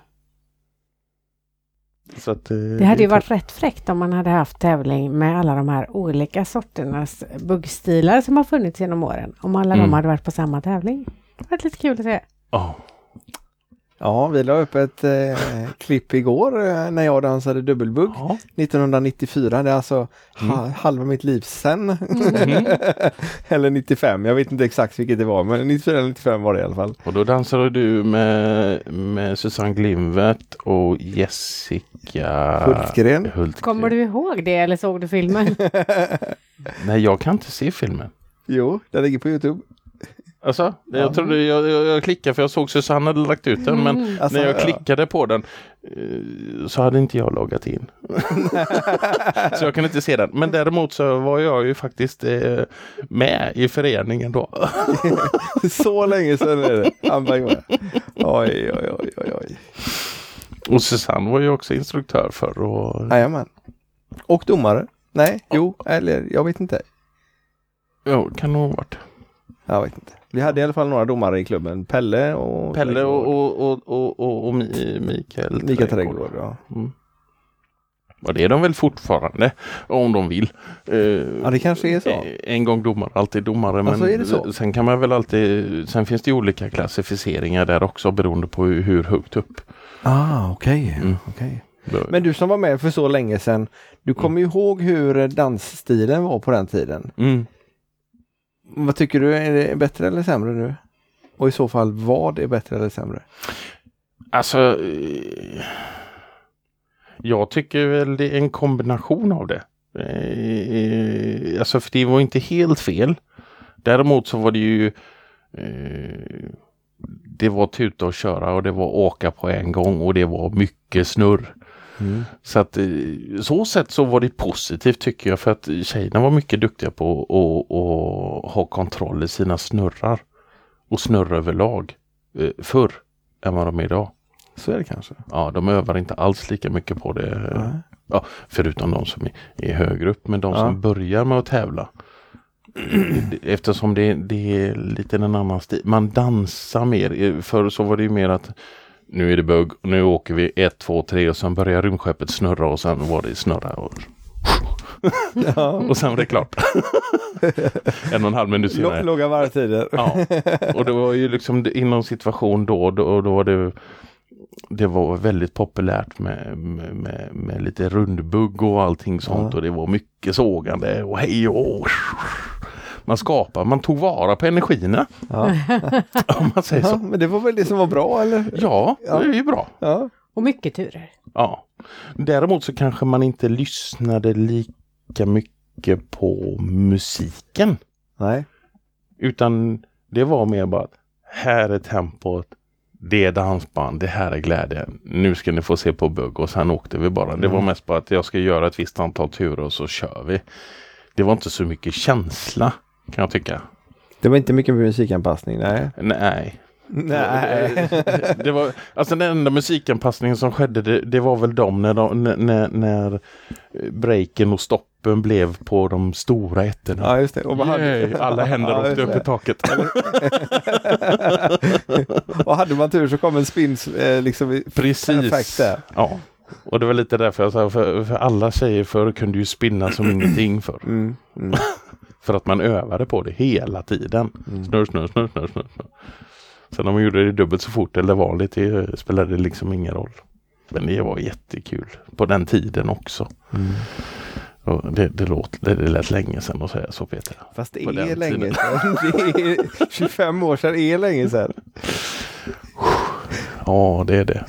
Så att, det hade ju varit rätt fräckt om man hade haft tävling med alla de här olika sorternas buggstilar som har funnits genom åren. Om alla mm. de hade varit på samma tävling. Det hade varit lite kul att se. Ja. Ja, vi la upp ett eh, klipp igår eh, när jag dansade dubbelbugg ja. nittonhundranittiofyra. Det är alltså mm. ha, halva mitt liv sen. Mm. Eller nittiofem, jag vet inte exakt vilket det var. Men nittiofyra nittiofem var det i alla fall. Och då dansade du med, med Susanne Glimvert och Jessica Hultgren. Hultgren. Kommer du ihåg det eller såg du filmen? Nej, jag kan inte se filmen. Jo, den ligger på YouTube. Alltså, jag ja. trodde jag, jag, jag klickade för jag såg Susanne hade lagt ut den men mm. alltså, när jag klickade ja. på den så hade inte jag loggat in. Så jag kan inte se den. Men däremot så var jag ju faktiskt eh, med i föreningen då. Så länge sedan är det. Han var med. Oj, oj, oj, oj, oj. Och Susanne var ju också instruktör för och... Jajamän. Och domare? Nej, jo, eller jag vet inte. Jo, kan nog ha varit. Jag vet inte. Vi hade i alla fall några domare i klubben. Pelle och... Pelle och, och, och, och, och, och Mikael. Mikael Trädgård, ja. Mm. Och det är de väl fortfarande, om de vill. Eh, ja, det kanske är så. En gång domare, alltid domare. Men alltså, är det så? Sen kan man väl alltid... Sen finns det olika klassificeringar där också beroende på hur, hur högt upp. Ah, okej. Okay. Mm. Okay. Men du som var med för så länge sedan, du kommer ju mm. ihåg hur dansstilen var på den tiden. Mm. Vad tycker du? Är det bättre eller sämre nu? Och i så fall, vad är bättre eller sämre? Alltså, jag tycker väl det är en kombination av det. Alltså, för det var inte helt fel. Däremot så var det ju det var tuta och köra och det var åka på en gång och det var mycket snurr. Mm. Så att så sätt så var det positivt tycker jag, för att tjejerna var mycket duktiga på att, att ha kontroll i sina snurrar och snurra överlag förr än vad de är idag. Så är det kanske. Ja, de övar inte alls lika mycket på det. Mm. Ja, förutom de som är, är högre upp, men de ja. som börjar med att tävla. Eftersom det, det är lite en annan stil. Man dansar mer. Förr så var det ju mer att nu är det bugg, nu åker vi ett, två, tre och sen börjar rymdskeppet snurra och sen var det snurra och ja. och sen var det klart. en och en halv minut senare. Låga varvtider. Ja, och det var ju liksom inom situation då, då, då var det det var väldigt populärt med, med, med, med lite rundbugg och allting sånt ja. och det var mycket sågande och hej och man skapar, man tog vara på energierna. Ja. Om man säger ja, så. Men det var väl det som var bra, eller? Ja, ja. det är ju bra. Ja. Och mycket turer. Ja. Däremot så kanske man inte lyssnade lika mycket på musiken. Nej. Utan det var mer bara att här är tempot, det är dansband, det här är glädjen. Nu ska ni få se på bugg och sen åkte vi bara. Mm. Det var mest bara att jag ska göra ett visst antal turer och så kör vi. Det var inte så mycket känsla, kan jag tycka. Det var inte mycket musikanpassning, nej. Nej. Nej. Det var, alltså den enda musikanpassningen som skedde, det, det var väl de när, de, när, när breaken och stoppen blev på de stora ettorna. Ja, just det. Och hade... Alla händer ja, åkte upp i taket. Och hade man tur så kom en spins eh, liksom precis där. Ja. Och det var lite därför jag sa, för, för alla tjejer förr kunde ju spinna som ingenting för. Mm, mm. För att man övade på det hela tiden. Mm. Snurr, snurr, snurr, snurr, snurr. Sen om man gjorde det dubbelt så fort eller vanligt, det spelade liksom ingen roll. Men det var jättekul på den tiden också. Mm. Och det, det, låt, det, det lät länge sedan att säga så, Peter. Fast det är länge sedan. Det är tjugofem år sedan är länge sedan. Ja, det är det.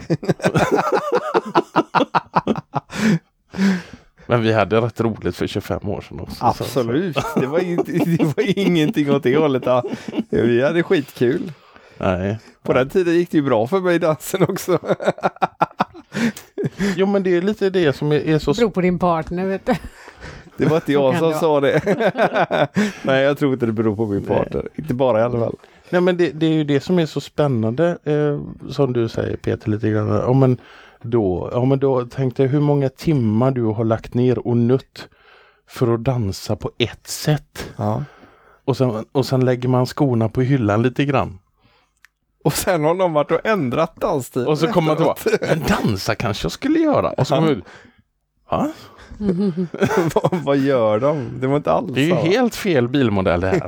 Men vi hade rätt roligt för tjugofem år sedan också. Absolut. Det var, inte, det var ingenting åt det hållet. Ja. Vi hade skitkul. Nej. På den tiden gick det ju bra för mig i dansen också. Jo, men det är lite det som är, är så... Det beror på din partner, vet du. Det var inte jag som sa det. Nej, jag tror inte det beror på min partner. Nej. Inte bara i alla fall. Nej, men det, det är ju det som är så spännande, eh, som du säger, Peter, lite grann. Ja, men då, ja, men då tänkte jag hur många timmar du har lagt ner och nött för att dansa på ett sätt. Ja. Och sen, och sen lägger man skorna på hyllan lite grann. Och sen har de varit och ändrat danstid. Och så kommer man tillbaka. Men dansa kanske jag skulle göra. Och så kommer man, va? vad, vad gör de? Det var inte alls. Det är ju helt fel bilmodell det här.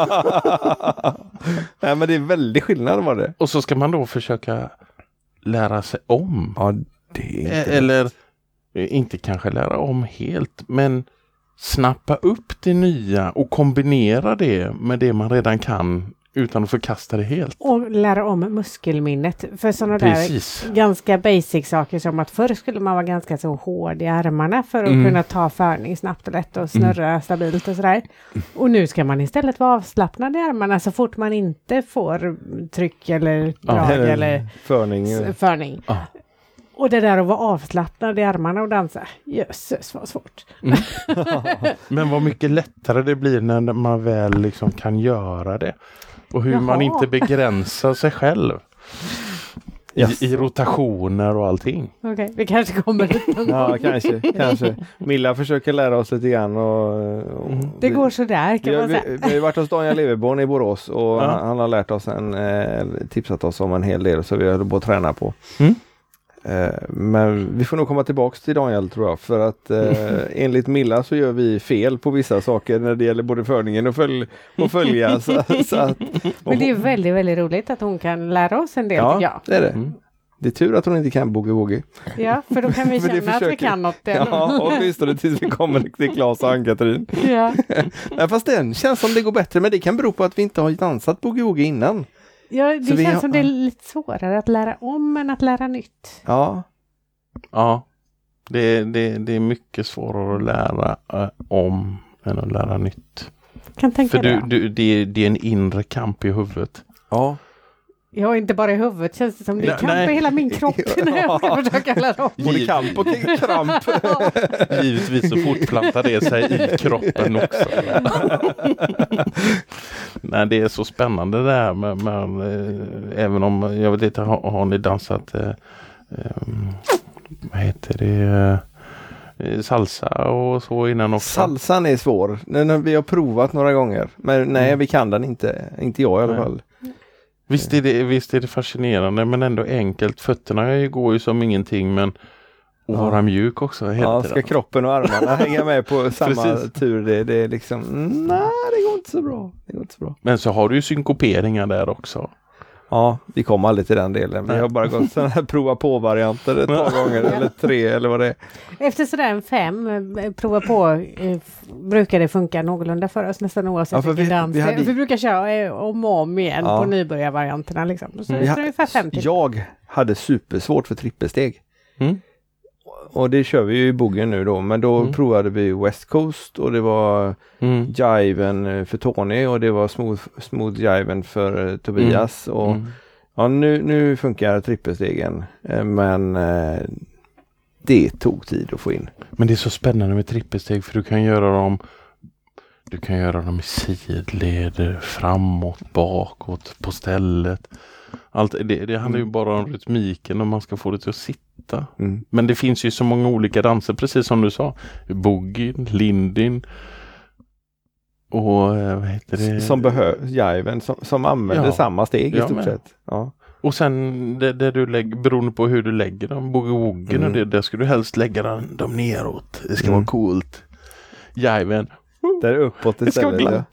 Nej, men det är väldigt skillnad var det. Och så ska man då försöka lära sig om. Ja, det är inte Eller rätt. Inte kanske lära om helt, men snappa upp det nya och kombinera det med det man redan kan utan att förkasta det helt. Och lära om muskelminnet. För sådana där ganska basic saker som att förr skulle man vara ganska så hård i armarna för att mm. kunna ta förning snabbt och lätt och snurra mm. stabilt och sådär. Och nu ska man istället vara avslappnad i armarna så fort man inte får tryck eller drag ah, eller förning. förning. Ah. Och det där att vara avslappnad i armarna och dansa, jösses vad svårt. Mm. Men vad mycket lättare det blir när man väl liksom kan göra det. Och hur Jaha. man inte begränsar sig själv. Yes. I, I rotationer och allting. Okej, okay, vi kanske kommer dit. Ja, kanske, kanske. Milla försöker lära oss lite grann. Och, och mm. Det går sådär kan vi, man säga. Vi, vi har varit hos Daniel Leverborn i Borås och ja. han, han har lärt oss en, eh, tipsat oss om en hel del så vi har på att träna på. Mm. Men vi får nog komma tillbaka till Daniel tror jag, för att eh, enligt Milla så gör vi fel på vissa saker när det gäller både förningen och, följ, och följa. så, så att, och Men det är väldigt, väldigt roligt att hon kan lära oss en del. Ja, ja. det är det. Mm. Det är tur att hon inte kan boogie-woogie. Ja, för då kan vi känna att vi kan något. Ja, åtminstone tills vi kommer till Claes och Ann-Katrin. Ja. Nej, fast den känns som det går bättre, men det kan bero på att vi inte har dansat boogie-woogie innan. Ja, det så känns har... som det är lite svårare att lära om än att lära nytt. Ja. Ja, det, det, det är mycket svårare att lära äh, om än att lära nytt. Kan tänka För du, du, det, det är en inre kamp i huvudet. Ja. Ja, inte bara i huvudet känns det som det är kamp i hela min kropp när jag ska försöka lära upp. Både kamp och kramp. Givetvis så fortplantar det sig i kroppen också. Nej, det är så spännande det här med, med äh, även om, jag vet inte, har, har ni dansat äh, äh, vad heter det äh, salsa och så innan också? Salsan är svår. Vi har provat några gånger. Men nej, mm. vi kan den inte. Inte jag i alla fall. Visst är, det, visst är det fascinerande men ändå enkelt. Fötterna går ju som ingenting men att vara ja. mjuk också. Helt ja, ska kroppen och armarna hänga med på samma Precis. tur? Det, det är liksom, nej det går inte så bra. Det går inte så bra. Men så har du ju synkoperingar där också. Ja, vi kommer aldrig till den delen. Vi har bara gått sådana här prova på-varianter ett par gånger eller tre eller vad det är. Efter sådär en fem, prova på, eh, brukar det funka någorlunda för oss nästan oavsett ja, vilken dans. Vi, hade... vi brukar köra om och om igen ja. på nybörjarvarianterna. Liksom. Så vi det ha... är ungefär femtio. Jag hade supersvårt för trippelsteg. Mm. Och det kör vi ju i boogen nu då. Men då mm. provade vi West Coast och det var mm. jiven för Tony och det var smooth, smooth jiven för uh, Tobias. Mm. Och mm. ja, nu, nu funkar trippelstegen. Eh, men eh, det tog tid att få in. Men det är så spännande med trippelsteg för du kan göra dem du kan göra dem i sidled, framåt, bakåt, på stället. Allt, det, det handlar ju bara om rytmiken och man ska få det till att sitta. Mm. Men det finns ju så många olika danser, precis som du sa. Boogie, lindin och vad heter det? Som behövs, jiven, som, som använder ja. samma steg i ja, stort men. sett. Ja. Och sen det, det du lägger, beroende på hur du lägger dem, boogie-woogen mm. och det, där ska du helst lägga dem, dem neråt. Det ska mm. vara coolt. Jiven. Där uppåt istället. Det ska vara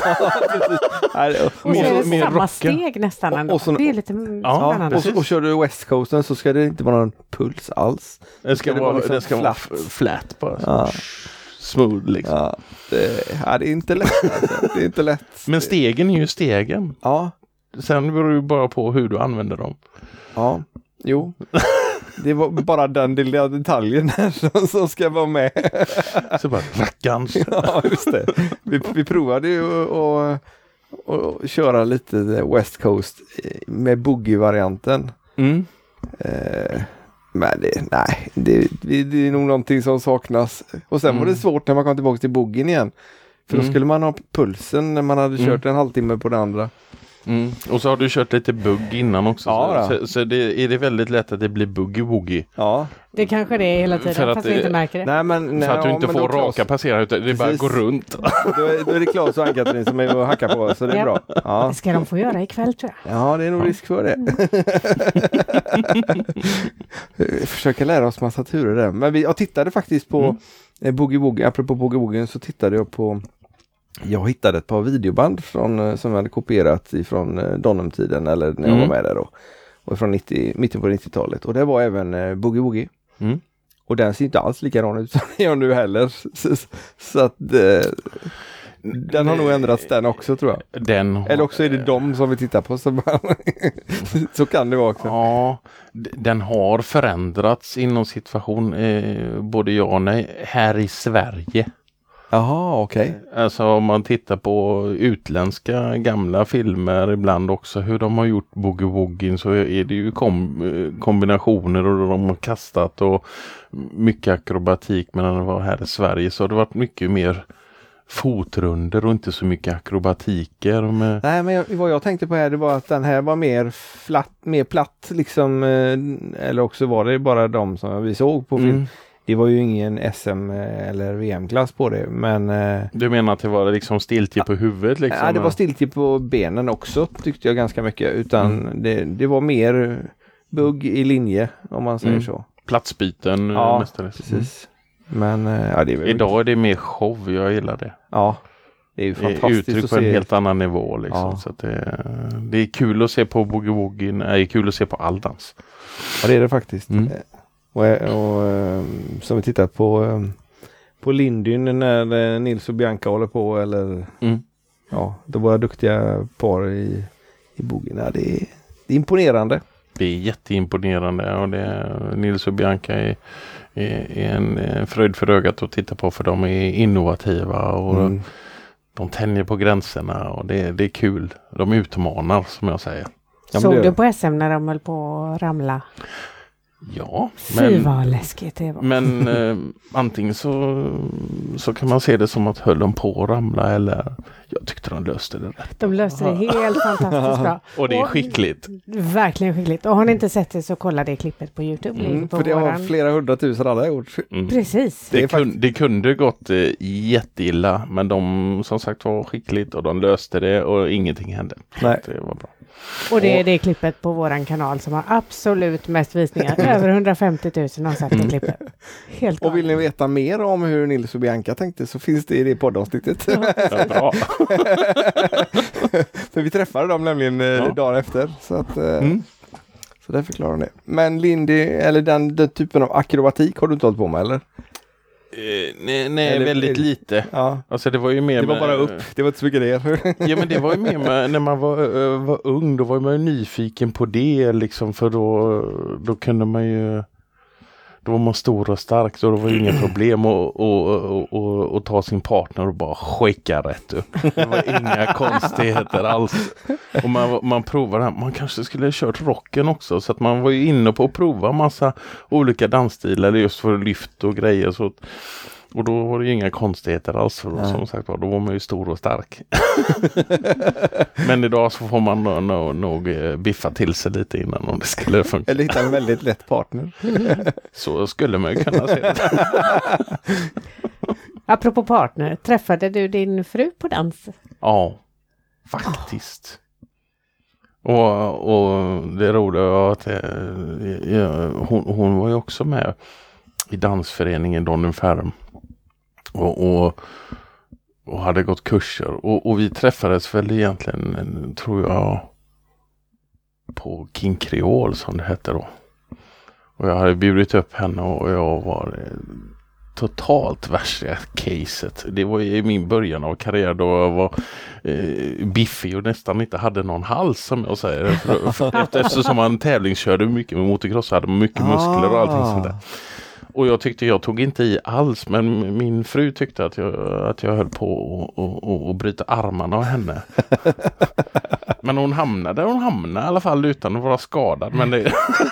glatt. Och så är det samma steg nästan ändå. Och så, det är lite ja, spännande. Och, så, och kör du West Coasten så ska det inte vara någon puls alls. Det ska, ska vara, det, liksom det ska flat. vara flat bara. Ja. Smooth liksom. Ja, det, ja, det är inte lätt alltså. Det är inte lätt. Men stegen är ju stegen. Ja. Sen beror det bara på hur du använder dem. Ja, jo. Det var bara den lilla detaljen här som, som ska vara med. Så bara, rackans. Ja, just det. Vi, vi provade ju att och köra lite West Coast med boogie-varianten. Mm. Eh, men det, nej, det, det, det är nog någonting som saknas. Och sen mm. var det svårt när man kom tillbaka till boogien igen. För mm. då skulle man ha pulsen när man hade kört mm. en halvtimme på det andra. Mm. Och så har du kört lite bugg innan också. Ja, så så, så det, är det väldigt lätt att det blir boogie-woogie. Ja. Det kanske det är hela tiden, för fast vi inte märker det. Nej, men, nej, för att du ja, inte får raka passera, utan det bara går runt. då, är, då är det Claes och Ann-Katrin som är och hackar på, så det är ja. bra. Ja. Det ska de få göra ikväll, tror jag. Ja, det är nog ja. risk för det. Mm. Försöka lära oss massa turer där. Men vi, jag tittade faktiskt på mm. boogie-woogie, apropå boogie-woogien så tittade jag på jag hittade ett par videoband från, som jag hade kopierat ifrån Donham-tiden eller när jag mm. var med där då. Och från nittio, mitten på nittiotalet. Och det var även eh, Boogie Woogie. Mm. Och den ser inte alls likadan ut som jag nu heller. Så, så att eh, den har nog ändrats den också, tror jag. Den har, eller också är det de som vi tittar på. Så, så kan det vara också. Ja, den har förändrats inom situation eh, både jag och nej, här i Sverige. Jaha, okej. Okay. Alltså om man tittar på utländska gamla filmer ibland också, hur de har gjort boogie-woogien, så är det ju kom, kombinationer och de har kastat och mycket akrobatik, medan det var här i Sverige så har det varit mycket mer fotrunder och inte så mycket akrobatiker. Med... Nej, men jag, vad jag tänkte på här, det var att den här var mer flatt, mer platt liksom, eller också var det bara de som vi såg på film. Mm. Det var ju ingen S M eller V M-klass på det, men... Du menar att det var liksom stiltje på huvudet liksom? Ja, det var stiltje på benen också, tyckte jag ganska mycket. Utan mm. det, det var mer bugg i linje, om man säger mm. så. Platsbyten ja, mestadels. Precis. Men, ja, det är väl idag är det mer show, jag gillar det. Ja, det är ju fantastiskt uttryck på en helt annan nivå liksom. Ja. Så att det, det är kul att se på boogie-woogien, det är kul att se på all dans. Ja, det är det faktiskt. Mm. Och, och som vi tittat på på Lindyn när Nils och Bianca håller på, eller mm. ja, det var duktiga par i, i boogien. Det är, det är imponerande. Det är jätteimponerande, och det är, Nils och Bianca är, är, är en, en fröjd för ögat att titta på, för de är innovativa och mm. de tänjer på gränserna, och det, det är kul. De utmanar, som jag säger. Ja, såg du på S M när de höll på att ramla? Ja, men, Fy vad läskigt det var. Men eh, antingen så, så kan man se det som att höll de på att ramla eller jag tyckte de löste det rätt. De löste det helt fantastiskt bra. Och det är skickligt. Och, verkligen skickligt. Och har ni inte sett det så kolla det klippet på YouTube. Mm, på för det våran... har flera hundratusen alla gjort. Mm. Precis. Det, det, kun, fakt- det kunde gått eh, jätteilla men de som sagt var skickligt och de löste det och ingenting hände. Nej. Det var bra. Och det är det klippet på våran kanal som har absolut mest visningar. Över hundrafemtio tusen har sett det klippet. Helt och vill ni veta mer om hur Nils och Bianca tänkte så finns det i det poddavsnittet. Ja, bra. För vi träffade dem nämligen ja. dagen efter. Så, att, mm. så där förklarar de det. Men Lindy, eller den, den typen av akrobatik har du inte hållit på med eller? Eh, nej, nej Eller, väldigt eller, lite. Ja. Alltså det var ju mer Det var med, bara upp, det var inte så mycket ner. Ja men det var ju mer med, när man var, uh, var ung, då var man ju nyfiken på det liksom, för då, då kunde man ju, då var man stor och stark så det var ju inga problem att och, och, och, och ta sin partner och bara skicka rätt upp. Det var inga konstigheter alls. Och man, man provade det här. Man kanske skulle ha kört rocken också så att man var ju inne på att prova massa olika dansstilar just för lyft och grejer så att, och då var det ju inga konstigheter alls för då, som sagt var, då var man ju stor och stark. Men idag så får man nog, nog, nog biffa till sig lite innan om det skulle funka. Eller hitta en väldigt lätt partner. Så skulle man ju kunna se det. Apropå partner, träffade du din fru på dans? Ja, faktiskt. Och, och det roliga var att ja, hon, hon var ju också med i dansföreningen Donnum Ferm. Och, och, och hade gått kurser. Och, och vi träffades väl egentligen, tror jag, på King Creole som det hette då. Och jag hade bjudit upp henne och jag var totalt värsta caset. Det var i min början av karriär då jag var eh, biffig och nästan inte hade någon hals som jag säger. För, för, eftersom man tävlingskörde mycket med motocross så hade man mycket muskler och allting sånt där. Och jag tyckte jag tog inte i alls, men min fru tyckte att jag, att jag höll på att och, och, och bryta armarna av henne. Men hon hamnade, hon hamnade i alla fall utan att vara skadad. Men det...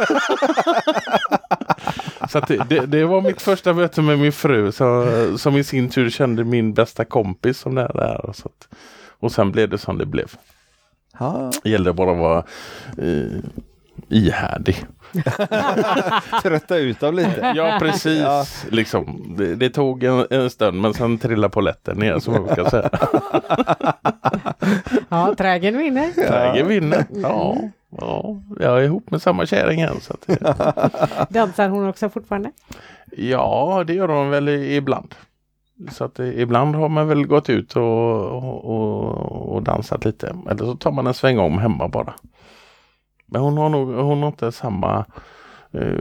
Så att det, det, det var mitt första möte med min fru så, som i sin tur kände min bästa kompis som det är där. Så att, och sen blev det som det blev. Ha. Det gällde bara att vara eh, ihärdig. Trötta ut av lite. Ja, precis. Ja. Liksom, det, det tog en, en stund men sen trillade polletten ner som man brukar säga. Ja, trägen vinner. Trägen vinner, ja. Ja, jag är ihop med samma kärring än. Så att det... Dansar hon också fortfarande? Ja, det gör hon väl ibland. Så att det, ibland har man väl gått ut och, och, och dansat lite. Eller så tar man en sväng om hemma bara. Men hon har nog hon har inte samma eh,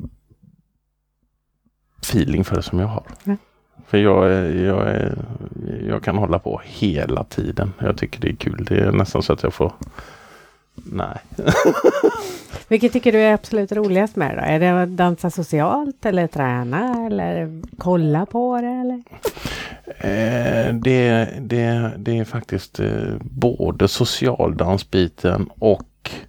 feeling för det som jag har. Mm. För jag, jag, jag kan hålla på hela tiden. Jag tycker det är kul. Det är nästan så att jag får... Nej. Vilket tycker du är absolut roligast med då? Är det att dansa socialt eller träna eller kolla på det? Eller? Eh, det, det, det är faktiskt eh, både socialdansbiten och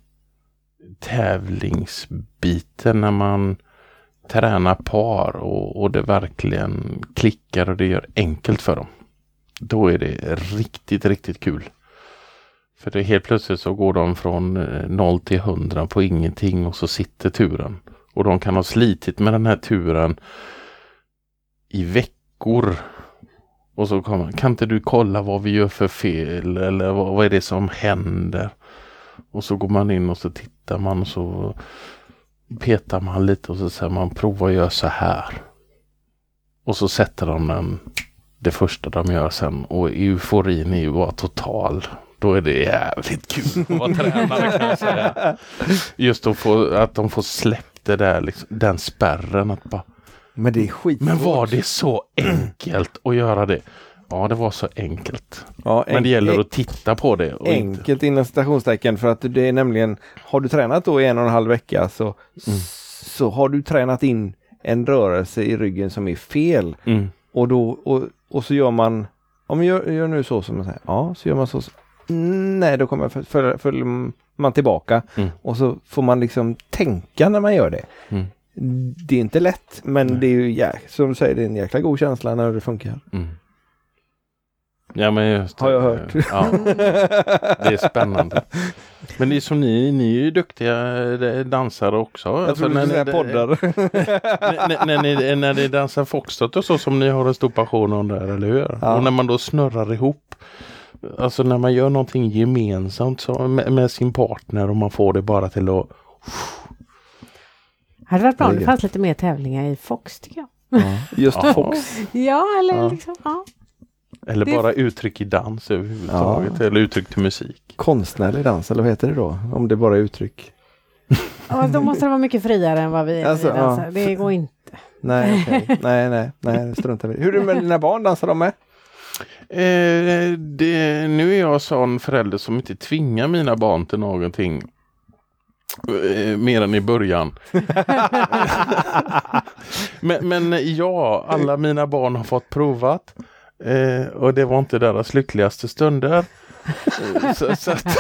tävlingsbiten när man tränar par och, och det verkligen klickar och det gör enkelt för dem. Då är det riktigt, riktigt kul. För det helt plötsligt så går de från noll till hundra på ingenting och så sitter turen. Och de kan ha slitit med den här turen i veckor. Och så kommer, kan inte du kolla vad vi gör för fel eller vad, vad är det som händer? Och så går man in och så tittar man och så petar man lite och så säger man prova att göra så här. Och så sätter de den det första de gör sen och euforin är ju bara total. Då är det jävligt kul att vara tränare kan jag säga. Just att, få, att de får släppt det där, liksom, den spärren. Att bara, men det är skit. Men var det så enkelt att göra det? Ja, det var så enkelt. Ja, men det gäller att titta på det. Och enkelt inte... inom citationstecken för att det är nämligen, har du tränat då i en och en halv vecka så, mm. så har du tränat in en rörelse i ryggen som är fel. Mm. Och, då, och, och så gör man, om man gör, gör nu så som man säger, ja så gör man så. Mm, nej, då kommer för, för, för man tillbaka mm. och så får man liksom tänka när man gör det. Mm. Det är inte lätt, men mm. det är ju, ja, som du säger, det är en jäkla god känsla när det funkar. Mm. Ja, men just det. Har jag hört. Ja. Det är spännande. Men det är som ni, ni är ju duktiga dansare också. Jag alltså, tror du skulle säga poddar. när, när, ni, när ni dansar foxtrot och så som ni har en stor passion under, eller hur? Ja. Och när man då snurrar ihop, alltså när man gör någonting gemensamt så, med, med sin partner och man får det bara till att... Det hade varit bra om det fanns lite mer tävlingar i Fox, tycker jag. Ja, just ja. Fox. Ja, eller ja. liksom, ja. Eller det... bara uttryck i dans överhuvudtaget. Ja. Eller uttryck till musik. Konstnärlig dans, eller vad heter det då? Om det bara är uttryck. Ja, då måste det vara mycket friare än vad vi är alltså, dansar. Ja. Det går inte. Nej, okay. nej, nej, nej, struntar vi. Hur är det med dina barn, dansar de med? Eh, det, nu är jag sån förälder som inte tvingar mina barn till någonting. Eh, mer än i början. men, men ja, alla mina barn har fått provat. Eh, och det var inte deras lyckligaste stunder. så, så att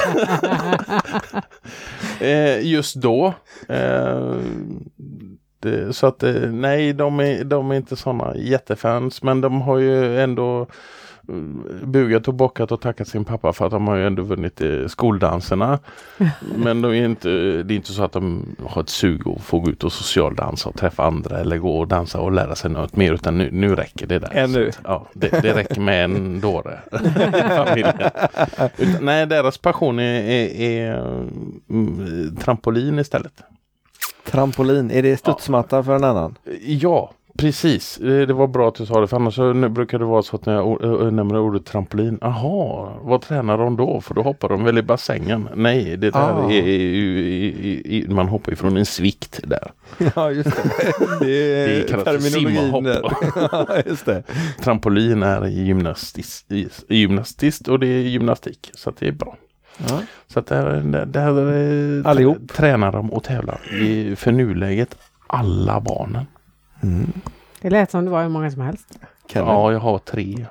eh, just då. Eh, det, så att eh, nej, de är, de är inte såna jättefans. Men de har ju ändå bugat och bockat och tackat sin pappa för att de har ju ändå vunnit eh, skoldanserna. Men de är inte, det är inte så att de har ett sug att få gå ut och socialdansa och träffa andra eller gå och dansa och lära sig något mer, utan nu, nu räcker det där. Ännu. Så, ja, det, det räcker med en dåre i familjen. Utan, nej, deras passion är, är, är mm, trampolin istället. Trampolin, är det studsmatta ja. För en annan? Ja. Precis, det var bra att du sa det, för annars så brukar det vara så att när jag nämner ordet trampolin, aha, vad tränar de då? För då hoppar de väl i bassängen? Nej, det där ah. är, är, är, är man hoppar ifrån en svikt där. Ja, just det. Det är, det är terminologin där. Ja, just det. Trampolin är gymnastiskt, gymnastiskt och det är gymnastik, så att det är bra. Ja. Så att där, där, där allihop tränar de och tävlar i för nuläget alla barnen. Mm. Det lät som det var hur många som helst. Kan ja, jag har tre.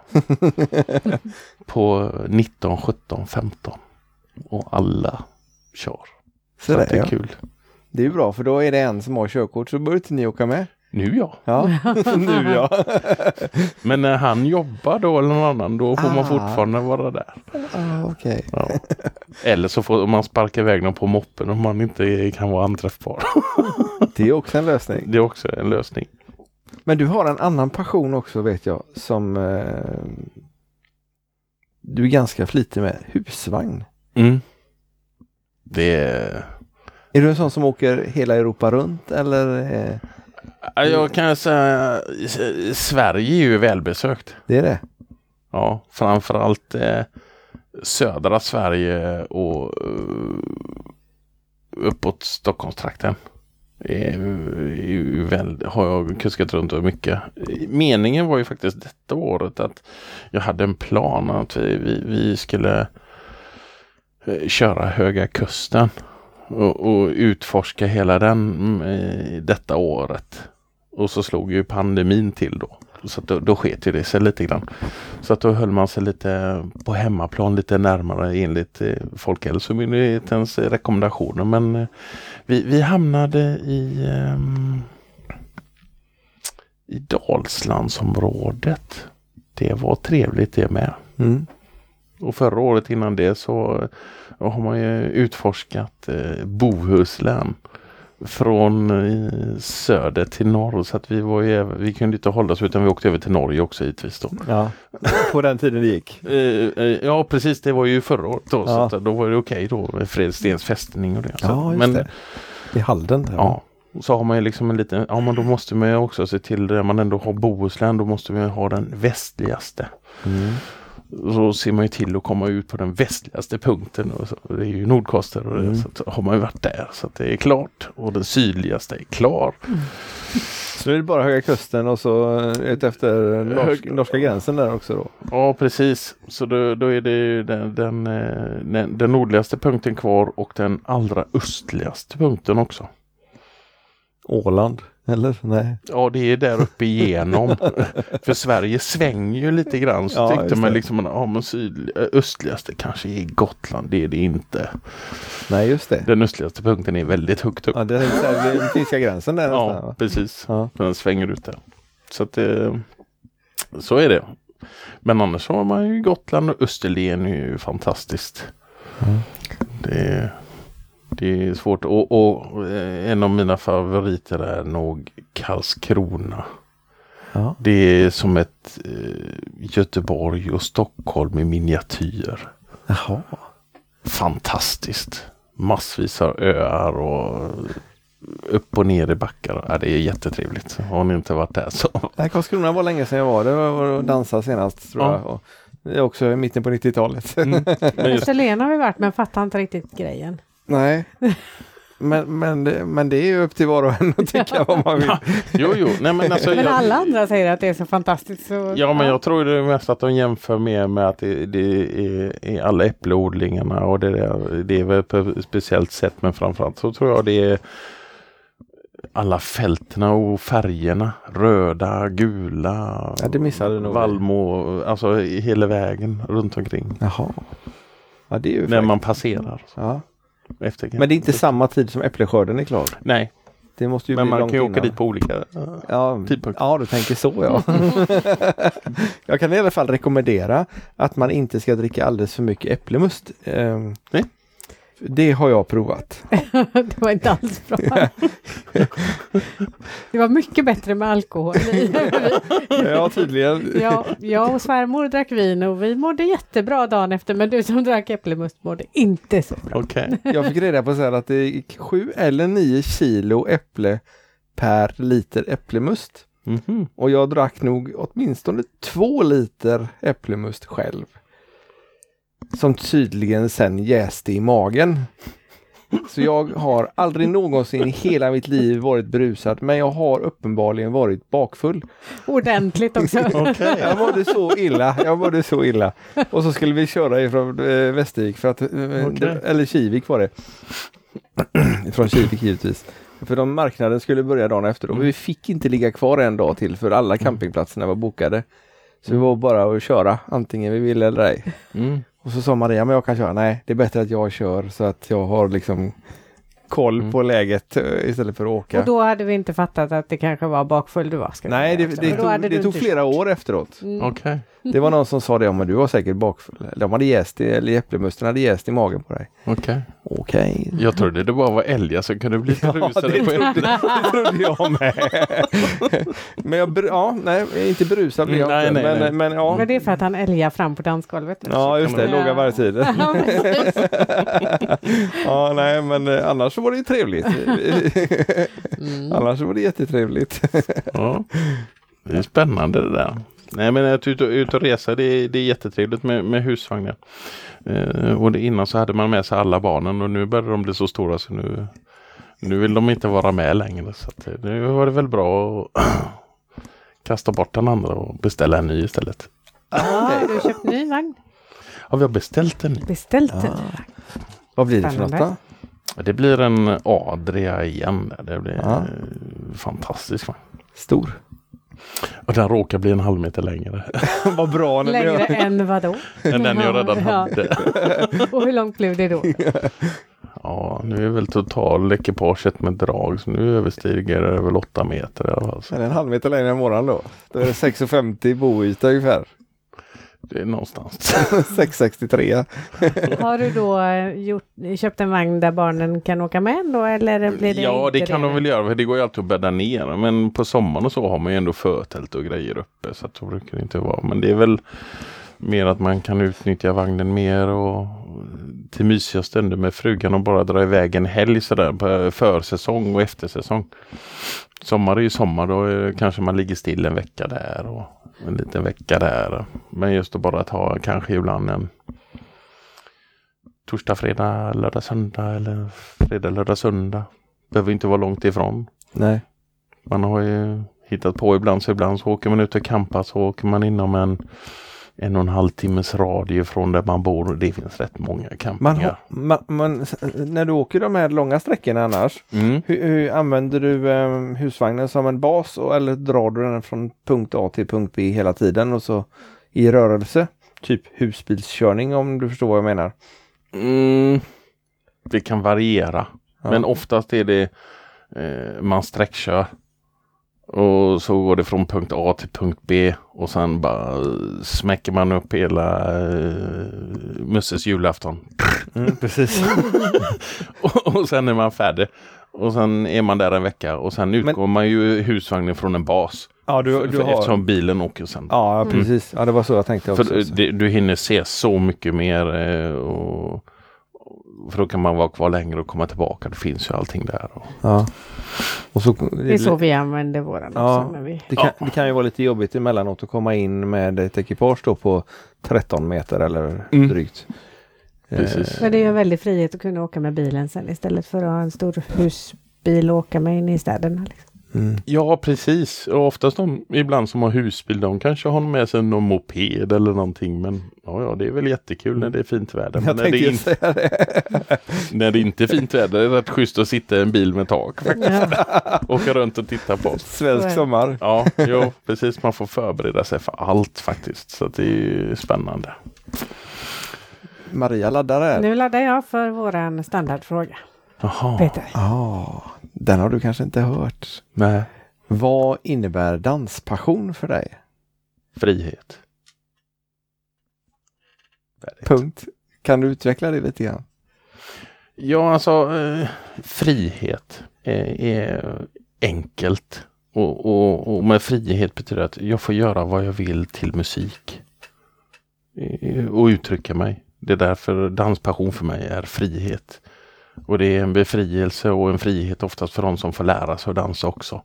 På nitton, sjutton, femton. Och alla kör. Så, så det är ja. Kul. Det är ju bra, för då är det en som har körkort, så bör inte ni åka med. Nu ja. Ja, nu ja. Men när han jobbar då eller någon annan, då får ah. man fortfarande vara där. Ah, okay. Ja. Eller så får man sparka iväg någon på moppen om man inte kan vara anträffbar. Det är också en lösning. Det är också en lösning. Men du har en annan passion också, vet jag, som eh, du är ganska flitig med. Husvagn. Mm. Det är... Är du en sån som åker hela Europa runt, eller... Eh... Jag kan säga Sverige är ju välbesökt. Det är det? Ja, framförallt eh, södra Sverige och uh, uppåt Stockholmstrakten. Är, är väl, har jag kuskat runt och mycket. Meningen var ju faktiskt detta året att jag hade en plan att vi, vi, vi skulle eh, köra Höga Kusten och, och utforska hela den eh, detta året. Och så slog ju pandemin till då. Så att då, då sket ju det sig lite grann. Så att då höll man sig lite på hemmaplan, lite närmare enligt eh, Folkhälsomyndighetens eh, rekommendationer. Men eh, vi, vi hamnade i, eh, i Dalslandsområdet. Det var trevligt det med. Mm. Och förra året innan det så har man ju utforskat eh, Bohuslän. Från eh, söder till norr, så att vi var ju, vi kunde inte hålla oss utan vi åkte över till Norge också hittills då. Ja, på den tiden det gick. eh, eh, ja, precis, det var ju förra året då, ja. Så att, då var det okej då med Fredstens fästning och det. Så, ja, just men, det. I Halden där. Ja, så har man ju liksom en liten, ja men då måste man ju också se till där man ändå har Bohuslän, då måste man ha den västligaste. Mm. Så ser man ju till att komma ut på den västligaste punkten och så, det är ju Nordkoster och det, mm. så har man ju varit där så att det är klart och den sydligaste är klar. Mm. Så är det bara Höga Kusten och så ut efter norsk, norska gränsen där också då? Ja, precis. Så då, då är det ju den, den, den, den nordligaste punkten kvar och den allra östligaste punkten också. Åland? Eller? Nej. Ja, det är där uppe igenom. För Sverige svänger ju lite grann. Så Ja, tyckte man det. liksom, ja men syd, östligaste kanske är Gotland. Det är det inte. Nej, just det. Den östligaste punkten är väldigt högt upp. Ja, det är den finska gränsen där. Ja, nästan, va? precis. Ja. Den svänger ut där. Så att det, så är det. Men annars har man ju Gotland och Österlen är ju fantastiskt. Mm. Det, det är svårt. Och, och en av mina favoriter är nog Karlskrona. Ja. Det är som ett eh, Göteborg och Stockholm i miniatyr. Jaha. Fantastiskt. Massvis av öar och upp och ner i backar. Ja, det är jättetrevligt. Har ni inte varit där så. Nej, Karlskrona var länge sedan jag var. Det var att dansa senast tror Ja. jag. Och det är också i mitten på nittiotalet. Mm. Men just, Österlen har vi varit men fattar inte riktigt grejen. Nej. Men, men, det, men det är ju upp till var och en att tycka vad man vill. jo, jo. Nej, men alltså, Men jag, alla andra säger att det är så fantastiskt. Så, ja, men jag tror det är mest att de jämför mer med att det, det är, är alla äppleodlingarna och det, är, det är väl på ett speciellt sätt, men framförallt så tror jag det är alla fälterna och färgerna, röda, gula, Ja, det missade nog. Valmo, alltså hela vägen runt omkring. Jaha. Ja, det är ju När fräckt. man passerar. Ja. Efter. Men det är inte samma tid som äppleskörden är klar. Nej, Det måste ju men bli man långt kan ju åka innan. dit på olika uh, Ja, tidpunkter. ja, du tänker så, ja. Jag kan i alla fall rekommendera att man inte ska dricka alldeles för mycket äpplemust. Um, Nej. Det har jag provat. det var inte alls bra. Det var mycket bättre med alkohol. Ja, tydligen. Ja, jag och svärmor drack vin och vi mådde jättebra dagen efter, men du som drack äpplemust mådde inte så bra. Okej. Jag fick reda på så här att det gick sju eller nio kilo äpple per liter äpplemust. Mhm. Och jag drack nog åtminstone två liter äpplemust själv. Som tydligen sen jäste i magen. Så jag har aldrig någonsin i hela mitt liv varit brusad, men jag har uppenbarligen varit bakfull. Ordentligt också. Okej. Jag mådde så illa, jag mådde så illa. Och så skulle vi köra ifrån eh, Västervik, för att, eh, Okej. eller Kivik var det. Från Kivik givetvis. För de marknaden skulle börja dagen efter. Och vi fick inte ligga kvar en dag till, för alla campingplatserna var bokade. Så det var bara att köra, antingen vi ville eller ej. Mm. Och så sa Maria, men jag kan köra. Nej, det är bättre att jag kör så att jag har liksom koll Mm. på läget uh, istället för att åka. Och då hade vi inte fattat att det kanske var bakfull du var. ska vi Nej, det, säga. det, Och då tog, hade det du tog inte- flera år efteråt. Mm. Okej. Det var någon som sa det, men du var säkert bakfull. De hade jäst, i- eller äpplemusten hade jäst i magen på dig. Okej. Okej. Jag trodde det bara var älgar som kunde bli Ja, berusade det på trodde, äpplen. det trodde jag med. Men jag, ber- ja, nej, inte berusad blev jag Nej, inte. nej, men, nej. men ja. Men det är för att han älgar fram på dansgolvet. Ja, just det. Ja. Låga varvtider. Ja, precis. Ja, nej, men eh, annars så var det ju trevligt. Mm. Annars så var det jättetrevligt. Ja. Det är spännande det där. Nej, men att ut och, ut och resa, det är, det är jättetrevligt med, med husvagnar. Eh, och det, innan så hade man med sig alla barnen och nu börjar de bli så stora så nu, nu vill de inte vara med längre. Så att, eh, nu var det väl bra att kasta bort den andra och beställa en ny istället. Ja, du har köpt ny vagn. Ja, vi har beställt en ny. Beställt Ja. en. Vad blir det för något Spännande. då? Det blir en Adria igen. Det blir Ja. eh, fantastiskt. Va? Stor. Och den råkar bli en halv meter längre Vad bra. När Längre jag... än vad då? än den jag redan Ja. hade. Och hur långt blev det då? Ja, nu är väl total ekipaget med drag så nu överstiger det väl åtta meter i alla fall. Så Är det en halv meter längre än morgon då? Då är det sex komma femtio boyta ungefär. det är någonstans. sex komma sextiotre. Har du då eh, gjort, köpt en vagn där barnen kan åka med då? Eller blir det Ja, det inte kan de väl göra för det går ju alltid att bädda ner. Men på sommaren och så har man ju ändå förtält och grejer uppe så att det brukar det inte vara. Men det är väl mer att man kan utnyttja vagnen mer och till mysiga stunder med frugan och bara dra iväg en helg sådär på försäsong och eftersäsong. Sommar är ju sommar, då är, kanske man ligger still en vecka där och en liten vecka där. Men just att bara ta kanske ibland en torsdag, fredag, lördag, söndag eller fredag, lördag, söndag. Behöver inte vara långt ifrån. Nej. Man har ju hittat på ibland så ibland så åker man ut och campar så åker man inom en en och en halv timmes radie från där man bor. Det finns rätt många campingar. Man, man, man, när du åker de här långa sträckorna annars, Mm. hur, hur använder du eh, husvagnen som en bas och, eller drar du den från punkt A till punkt B hela tiden och så i rörelse? Typ husbilskörning om du förstår vad jag menar. Mm. Det kan variera. Ja. Men oftast är det eh, man sträckkör. Och så går det från punkt A till punkt B. Och sen bara smäcker man upp hela eh, Musses julafton. Mm, precis. och, och sen är man färdig. Och sen är man där en vecka. Och sen utgår man ju husvagnen från en bas. Ja, du, för, du för, har... Eftersom bilen åker sen. Ja, precis. Ja, det var så jag tänkte också. För det, du hinner se så mycket mer. Eh, och, för då kan man vara kvar längre och komma tillbaka. Det finns ju allting där. Och... Ja. Och så, det, Det är så vi använder våran ja, också. När vi... det, kan, Ja. det kan ju vara lite jobbigt emellanåt att komma in med ett ekipage då på tretton meter eller Mm. drygt. Precis. Men det är ju en väldig frihet att kunna åka med bilen sen istället för att ha en stor husbil och åka med in i städerna. Liksom. Mm. Ja, precis. Och oftast de ibland som har husbil, de kanske har med sig någon moped eller någonting. Men ja, ja, det är väl jättekul när det är fint väder. Men Jag när det, tänkte ju inte, säga det. när det inte är fint väder är det rätt schysst att sitta i en bil med tak. Faktiskt. Ja. Åka runt och titta på. Svensk sommar. Ja, jo, precis. Man får förbereda sig för allt faktiskt. Så att det är ju spännande. Maria laddar här. Nu laddar jag för våran standardfråga. Jaha. Peter. Ja, den har du kanske inte hört. Nej. Vad innebär danspassion för dig? Frihet. Punkt. Kan du utveckla det lite grann? Ja, alltså eh, frihet är, är enkelt. Och, och, och med frihet betyder att jag får göra vad jag vill till musik. Eh, och uttrycka mig. Det är därför danspassion för mig är frihet. Och det är en befrielse och en frihet oftast för de som får lära sig att dansa också.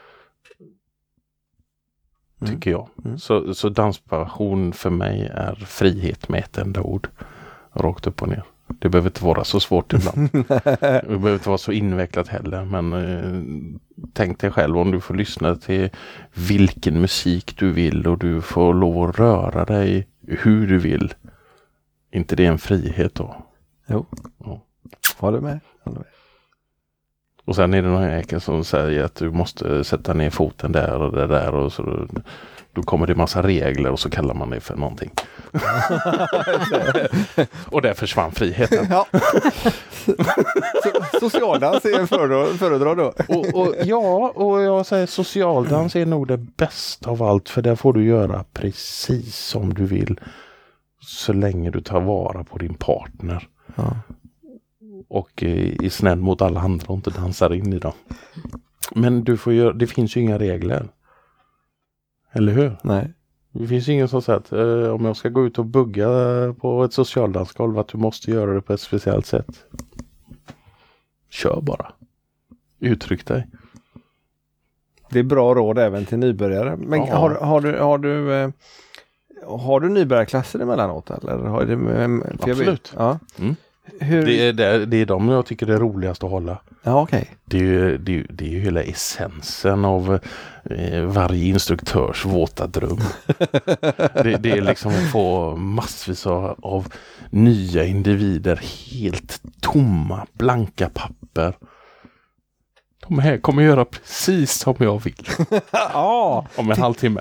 Mm. Tycker jag. Mm. Så, så danspassion för mig är frihet med ett enda ord. Rakt upp och ner. Det behöver inte vara så svårt ibland. Det behöver inte vara så invecklat heller. Men eh, tänk dig själv om du får lyssna till vilken musik du vill. Och du får lov att röra dig hur du vill. Inte det är en frihet då? Jo. Ja. Håller med. Håller med. Och sen är det någon jäkel som säger att du måste sätta ner foten där och det där. Och så då, då kommer det massa regler och så kallar man det för någonting. Och där försvann friheten. Ja. So- socialdans är en föredra- föredrag då. Och, och, ja, och jag säger socialdans är nog det bästa av allt. För där får du göra precis som du vill. Så länge du tar vara på din partner. Ja. Och är, är snäll mot alla andra och inte dansar in i dem. Men du får göra, det finns ju inga regler. Eller hur? Nej. Det finns ingen som säger att eh, om jag ska gå ut och bugga på ett socialdansgolv att du måste göra det på ett speciellt sätt. Kör bara. Uttryck dig. Det är bra råd även till nybörjare. Men Ja. har, har du, har du, eh, har du nybörjarklasser emellanåt? Eller har det, för jag vet- Absolut. Ja. Mm. Hur? Det är, det, det är de jag tycker det är roligast att hålla. Ja, okej. Det är ju, det är, ju- det är ju hela essensen av eh, varje instruktörs våta dröm. det, det är liksom att få massvis av, av nya individer, helt tomma, blanka papper. De här kommer göra precis som jag vill. Ja, Om en halvtimme.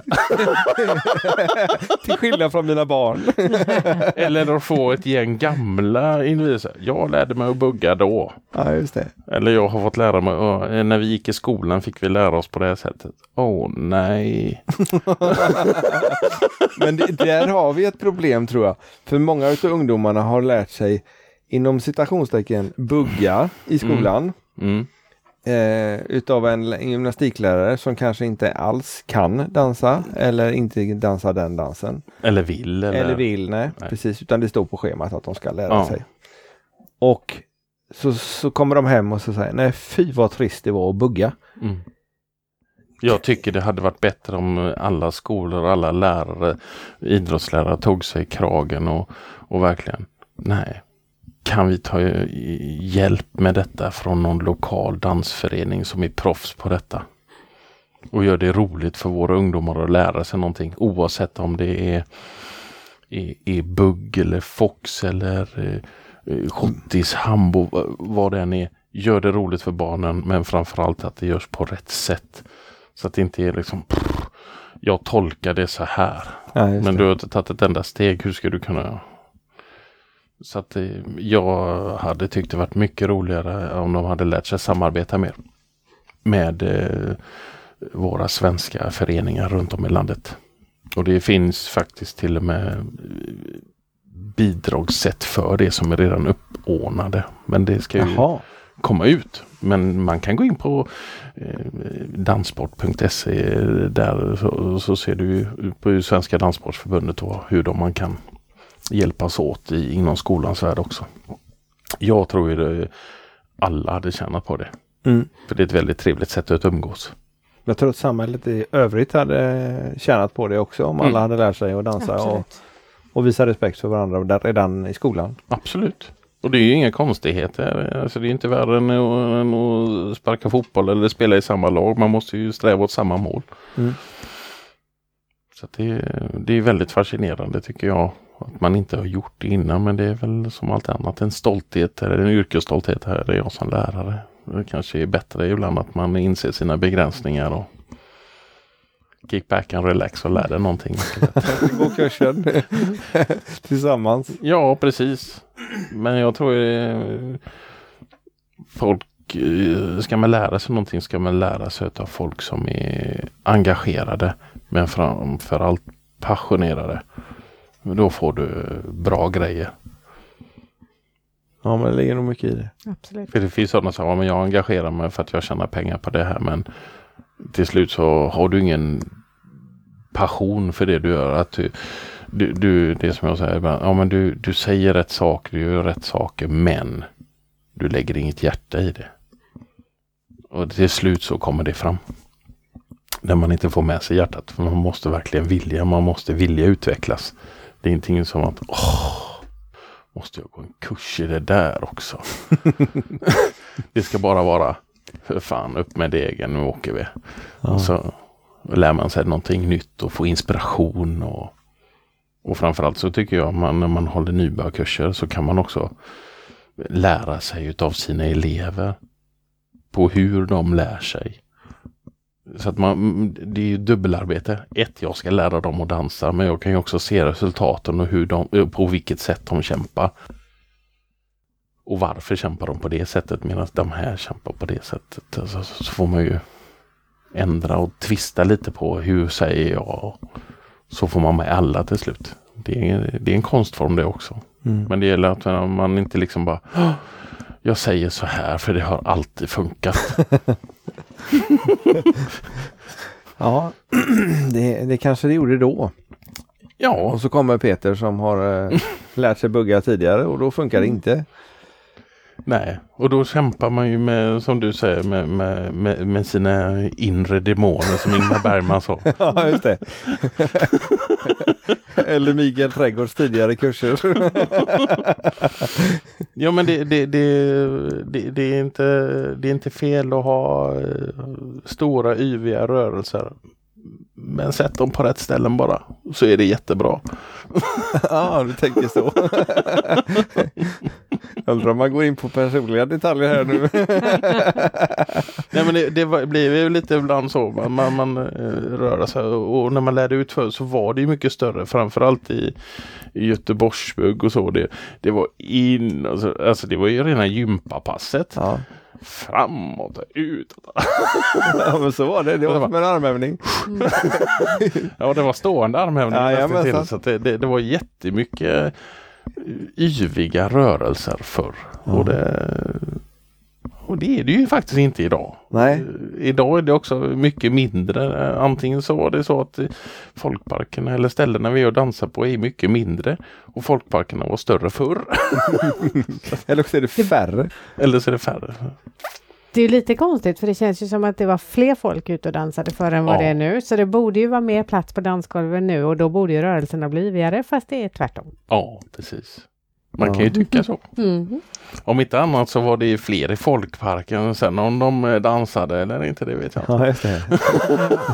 till skillnad från mina barn. Eller att få ett gäng gamla individer. Jag lärde mig att bugga då. Ja, just det. Eller jag har fått lära mig, uh, när vi gick i skolan fick vi lära oss på det här sättet. Åh oh, nej. Men det, där har vi ett problem tror jag. För många av ungdomarna har lärt sig inom citationstecken bugga i skolan. Mm. Eh, utav en gymnastiklärare som kanske inte alls kan dansa eller inte dansa den dansen. Eller vill. Eller, Eller vill, nej, Nej. precis. Utan det står på schemat att de ska lära Ja. sig. Och så, så kommer de hem och så säger nej fy vad trist det var att bugga. Mm. Jag tycker det hade varit bättre om alla skolor och alla lärare, idrottslärare tog sig i kragen och, och verkligen, nej, kan vi ta hjälp med detta från någon lokal dansförening som är proffs på detta? Och gör det roligt för våra ungdomar att lära sig någonting, oavsett om det är är, är bugg eller fox eller eh, schottis, hambo, vad det än är. Gör det roligt för barnen, men framförallt att det görs på rätt sätt. Så att det inte är liksom, pff, jag tolkar det så här. Ja, men du har inte tagit ett enda steg, hur ska du kunna... Så att eh, jag hade tyckt det varit mycket roligare om de hade lärt sig samarbeta mer med eh, våra svenska föreningar runt om i landet. Och det finns faktiskt till och med bidragssätt för det som är redan uppordnade. Men det ska ju Jaha. komma ut. Men man kan gå in på eh, danssport punkt se där så, så ser du på Svenska Danssportförbundet och hur de man kan hjälpas åt i, inom skolans värld också. Jag tror ju det, alla hade tjänat på det. Mm. För det är ett väldigt trevligt sätt att umgås. Jag tror att samhället i övrigt hade tjänat på det också om alla mm. hade lärt sig att dansa och, och visa respekt för varandra redan i skolan. Absolut. Och det är ju inga konstigheter. Alltså det är inte värre än att, än att sparka fotboll eller spela i samma lag. Man måste ju sträva åt samma mål. Mm. Så att det, det är väldigt fascinerande tycker jag. Att man inte har gjort det innan, men det är väl som allt annat en stolthet eller en yrkesstolthet här är jag som lärare. Det kanske är bättre ibland att man inser sina begränsningar och kick back and relax och lär dig någonting. Gå kursen tillsammans. Ja, precis. Men jag tror att folk, ska man lära sig någonting ska man lära sig av folk som är engagerade men framförallt passionerade. Då får du bra grejer. Ja, men det ligger nog mycket i det. Absolut. För det finns sådana som ja, men jag engagerar mig för att jag tjänar pengar på det här. Men till slut så har du ingen passion för det du gör. Att du, du, du det som jag säger, ja, men du, du säger rätt saker, du gör rätt saker, men du lägger inget hjärta i det. Och till slut så kommer det fram. När man inte får med sig hjärtat. För man måste verkligen vilja, man måste vilja utvecklas. Det är ingenting som att åh, måste jag gå en kurs i det där också. Det ska bara vara för fan upp med degen, nu åker vi. Ja. Och så lär man sig någonting nytt och få inspiration. Och, och framförallt så tycker jag att man, när man håller nybörjarkurser så kan man också lära sig utav sina elever på hur de lär sig. Så att man, det är ju dubbelarbete. Ett, jag ska lära dem att dansa, men jag kan ju också se resultaten och hur de, på vilket sätt de kämpar. Och varför kämpar de på det sättet medan de här kämpar på det sättet. Alltså, så får man ju ändra och twista lite på hur säger jag. Så får man med alla till slut. Det är, det är en konstform det också. Mm. Men det gäller att man inte liksom bara jag säger så här för det har alltid funkat. Ja, det, det kanske det gjorde då. Ja. Och så kommer Peter som har äh, lärt sig bugga tidigare och då funkar det inte. Nej, och då kämpar man ju med, som du säger, med, med, med, med sina inre demoner som Ingmar Bergman sa. Ja, just det. Eller Mikael Trädgårds tidigare kurser. Ja, men det, det, det, det, det, är inte, det är inte fel att ha stora yviga rörelser. Men sätt dem på rätt ställen bara, så är det jättebra. Ja, du tänker så. Jag undrar om man går in på personliga detaljer här nu. Nej, men det, det var, blir ju lite ibland så. Man, man, man rör sig. Och när man lärde ut för så var det ju mycket större. Framförallt i, i Göteborgsbugg och så. Det, det var in, alltså, alltså det var ju rena gympapasset. Ja. Framåt och utåt. Ja, men så var det. Det var som en armhävning. Ja, det var stående armhävning. Ja, ja, till, så det, det, det var jättemycket yviga rörelser förr. Mm. Och, det, och det är det ju faktiskt inte idag. Nej. Idag är det också mycket mindre. Antingen så var det så att folkparkerna eller ställena vi gör dansar på är mycket mindre. Och folkparkerna var större förr. Eller så är det färre. Eller så är det färre. Det är lite konstigt för det känns ju som att det var fler folk ute och dansade förr än vad ja. det är nu. Så det borde ju vara mer plats på dansgolven nu och då borde ju rörelserna bli yvigare fast det är tvärtom. Ja, precis. Man ja. kan ju tycka så. Mm. Om inte annat så var det fler i folkparken. Sen om de dansade eller inte, det vet jag inte. Ja, just det.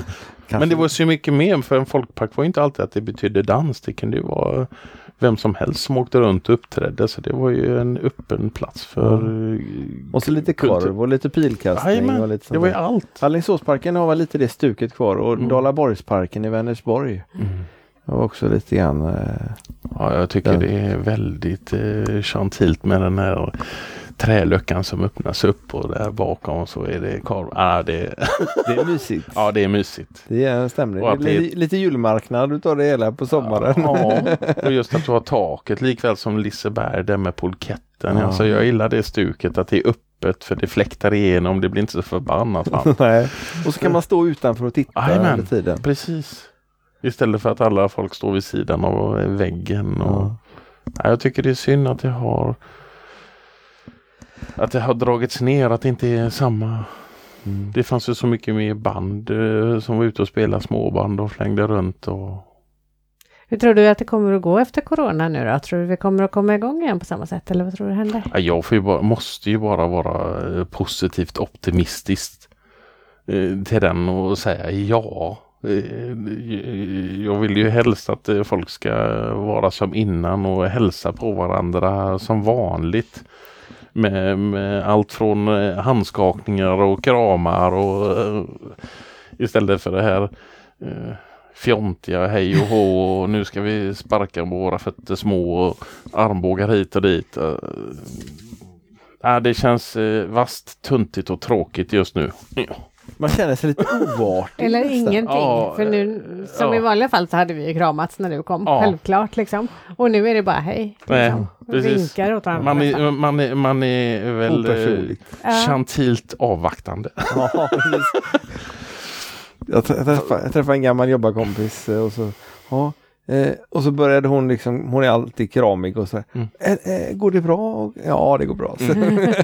Men det var så mycket mer, för en folkpark var inte alltid att det betydde dans. Det kunde ju vara vem som helst som åkte runt och uppträdde. Så det var ju en öppen plats för... Mm. Och så lite korv och lite pilkastning. Aj, men, och lite sånt det var ju där. allt. Alingsåsparken har väl lite det stuket kvar. Och Mm. Dalaborgsparken i Vänersborg. Mm. Och också lite grann... Eh, Ja, jag tycker den. det är väldigt eh, chantilt med den här trälöckan som öppnas upp och där bakom så är det korv. Ah, det, det är mysigt. ja, det är mysigt. Det är en stämning. Och Det är det- li- lite julmarknad utav det hela på sommaren. Ja, och just att du har taket likväl som Liseberg där med polketten. Ja. Alltså, jag gillar det stuket att det är öppet för det fläktar igenom. Det blir inte så förbannat varmt. Nej. Och så kan man stå utanför och titta Jajamän. under tiden. Precis. Istället för att alla folk står vid sidan av väggen. Och... Ja. Ja, jag tycker det är synd att det har att det har dragits ner, att det inte är samma. Mm. Det fanns ju så mycket mer band eh, som var ute och spelade småband och flängde runt. Och... Hur tror du att det kommer att gå efter corona nu då? Tror du vi kommer att komma igång igen på samma sätt eller vad tror du händer? Ja, jag får ju bara, måste ju bara vara eh, positivt optimistisk eh, till den och säga ja. Eh, jag vill ju helst att eh, folk ska vara som innan och hälsa på varandra som vanligt. Med, med allt från eh, handskakningar och kramar och eh, istället för det här eh, fjontiga hej och hå och nu ska vi sparka med våra fötter små och armbågar hit och dit. Eh, ja, det känns eh, vast, tuntigt och tråkigt just nu. Ja. Man känner sig lite oartig. Eller nästan. ingenting. Ja, för nu, som ja. i vanliga fall så hade vi ju kramats när du kom. Ja. Självklart liksom. Och nu är det bara hej. Nej, Liksom. precis. Vinkar åt varandra. Man är, man är, man är väl eh, Opersonligt. Ja. chantilt avvaktande. Ja, precis. Jag tr- jag träffade, jag träffade en gammal jobbarkompis eh, och så ja, eh, och så började hon liksom, hon är alltid kramig och så här, Mm. eh, eh, går det bra? Och, ja, det går bra. Så,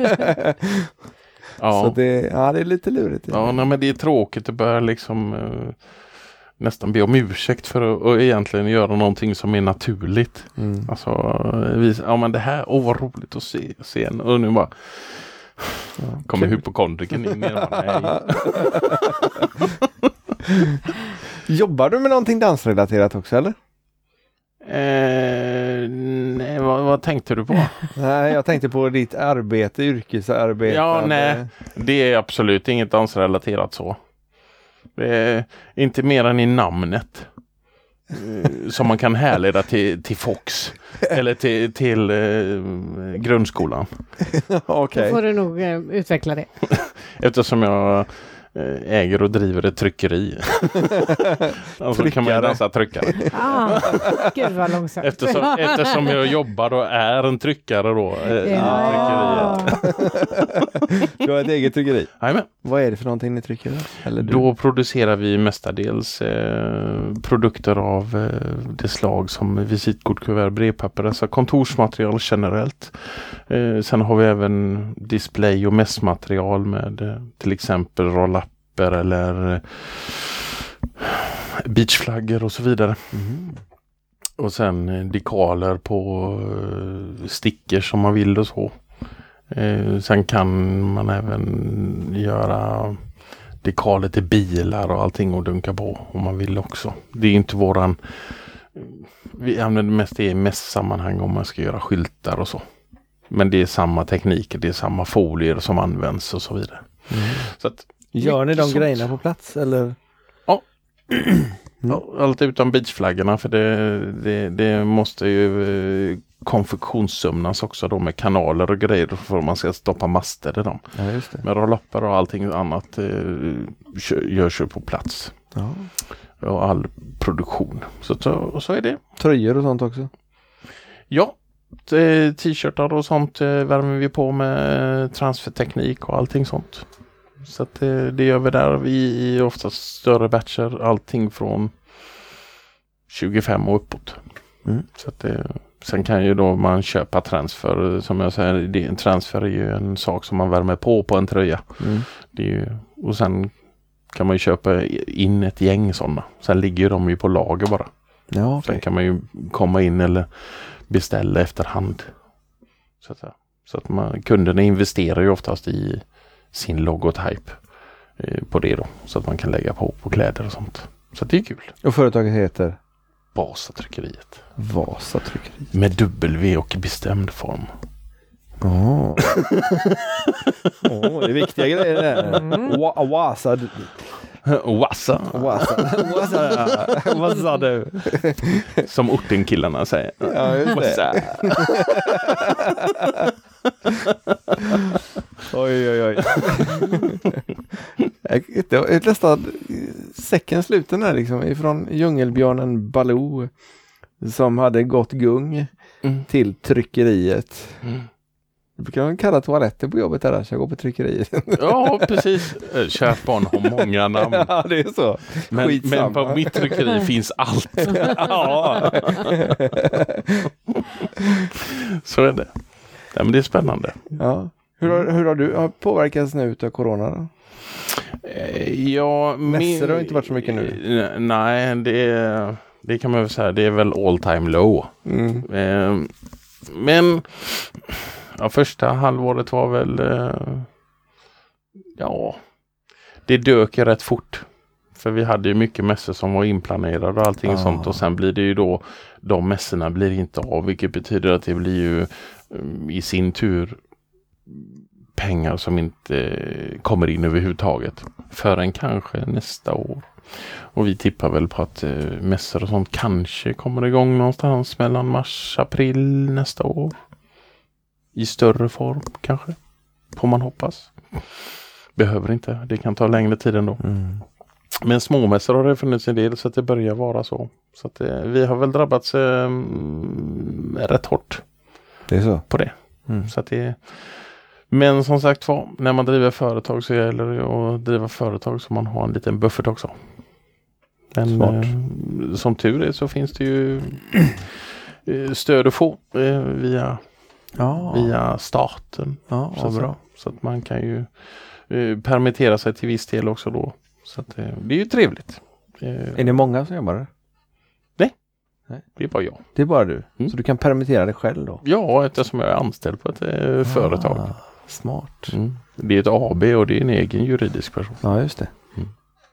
Ja. så det, ja, det är lite lurigt. Ja, nej, men det är tråkigt att börja liksom eh, nästan be om ursäkt för att och egentligen göra någonting som är naturligt. Mm. Alltså, eh, visa, ja men det här, åh vad roligt att se, se en. Och nu bara kommer hypokondriken in i nej. Jobbar du med någonting dansrelaterat också eller? Eh, nej, vad, vad tänkte du på? Nej, jag tänkte på ditt arbete, yrkesarbete. Ja, nej. Det är absolut inget dansrelaterat så. Det är inte mer än i namnet. Eh, som man kan härleda till, till Fox. Eller till, till eh, grundskolan. Okej. Då får du nog eh, utveckla det. Eftersom jag eh, äger och driver ett tryckeri. Alltså kan man ju dansa tryckare. Ah, gud vad långsamt. Eftersom, eftersom jag jobbar och är en tryckare då. Eh, i Ja. tryckeriet. Du har ett eget tryckeri. Jajamän. Vad är det för någonting ni trycker? Eller du? Då producerar vi mestadels eh, produkter av eh, det slag som visitkort, kuvert, brevpapper, alltså kontorsmaterial generellt. Eh, sen har vi även display- och mässmaterial med eh, till exempel rollapper eller eh, beachflaggor och så vidare. Mm. Och sen eh, dekaler på eh, stickers som man vill och så. Eh, sen kan man även göra dekaler till bilar och allting och dunka på om man vill också. Det är inte våran... Vi använder mest det i mässsammanhang om man ska göra skyltar och så. Men det är samma tekniker, det är samma folier som används och så vidare. Mm. Så att, Gör ni de mycket sånt. grejerna på plats eller? Ja. Ja, allt utom beachflaggorna för det, det, det måste ju eh, konfektionssömnas också då med kanaler och grejer för att man ska stoppa master i dem. Ja, just det. Men rollapper och allting annat eh, kö- görs ju på plats. Ja. Och all produktion. Så, så, så är det. Tröjor och sånt också? Ja, t- t-shirtar och sånt eh, värmer vi på med transferteknik och allting sånt. Så att eh, det gör vi där. Vi i oftast större batcher. Allting från tjugofem och uppåt. Mm. Så att det, sen kan ju då man köpa transfer. Som jag säger, det, en transfer är ju en sak som man värmer på på en tröja. Mm. Det är ju, och sen kan man ju köpa in ett gäng sådana. Sen ligger ju de ju på lager bara. Ja, Sen okej. kan man ju komma in eller beställa efterhand. Så att, så att man, kunderna investerar ju oftast i sin logotyp eh, på det då. Så att man kan lägga på på kläder och sånt. Så det är kul. Och företaget heter? Vasatryckeriet. Vasatryckeriet. Med W och bestämd form. Åh. oh, det är viktiga grejer där. Mm. Wa- Wasa. Wassa. Wasa. Wasa. Wasa du. Som ortenkillarna säger. Ja, just det. Oj, oj, oj. Jag är nästan säcken sluten här liksom. Ifrån djungelbjörnen Baloo. Som hade gått gung mm. till tryckeriet. Mm. Du brukar kalla toaletter på jobbet här, så jag går på tryckeriet. Ja, precis. Kärt barn har många namn. Ja, det är så. Men, men på mitt tryckeri finns allt. Ja. Så är det. Ja, men det är spännande. Ja. Hur har, hur har du har påverkats nu av corona då? Ja, mässor har inte varit så mycket nu. Nej, det, det kan man väl säga. Det är väl all time low. Mm. Men ja, första halvåret var väl ja, det dök ju rätt fort. För vi hade ju mycket mässor som var inplanerade och allting ah. sånt. Och sen blir det ju då, de mässorna blir inte av. Vilket betyder att det blir ju i sin tur pengar som inte kommer in överhuvudtaget. Förrän kanske nästa år. Och vi tippar väl på att eh, mässor och sånt kanske kommer igång någonstans mellan mars, april nästa år. I större form kanske. Får man hoppas. Behöver inte. Det kan ta längre tid ändå. Mm. Men småmässor har det funnits en del så att det börjar vara så. Så att eh, vi har väl drabbats eh, rätt hårt. Det är så? På det. Mm. Så att det Men som sagt var, när man driver företag så gäller det att driva företag så man har en liten buffert också. Men eh, som tur är så finns det ju stöd att få eh, via, ja. via staten. Ja, så, bra. Så, så att man kan ju eh, permittera sig till viss del också då. Så att, eh, det är ju trevligt. Eh, är det många som jobbar där? Nej. Nej, det är bara jag. Det är bara du? Mm. Så du kan permittera dig själv då? Ja, eftersom jag är anställd på ett eh, ah, företag. Smart. Mm. Det är ett A B och det är en egen juridisk person. Ja, just det. Mm.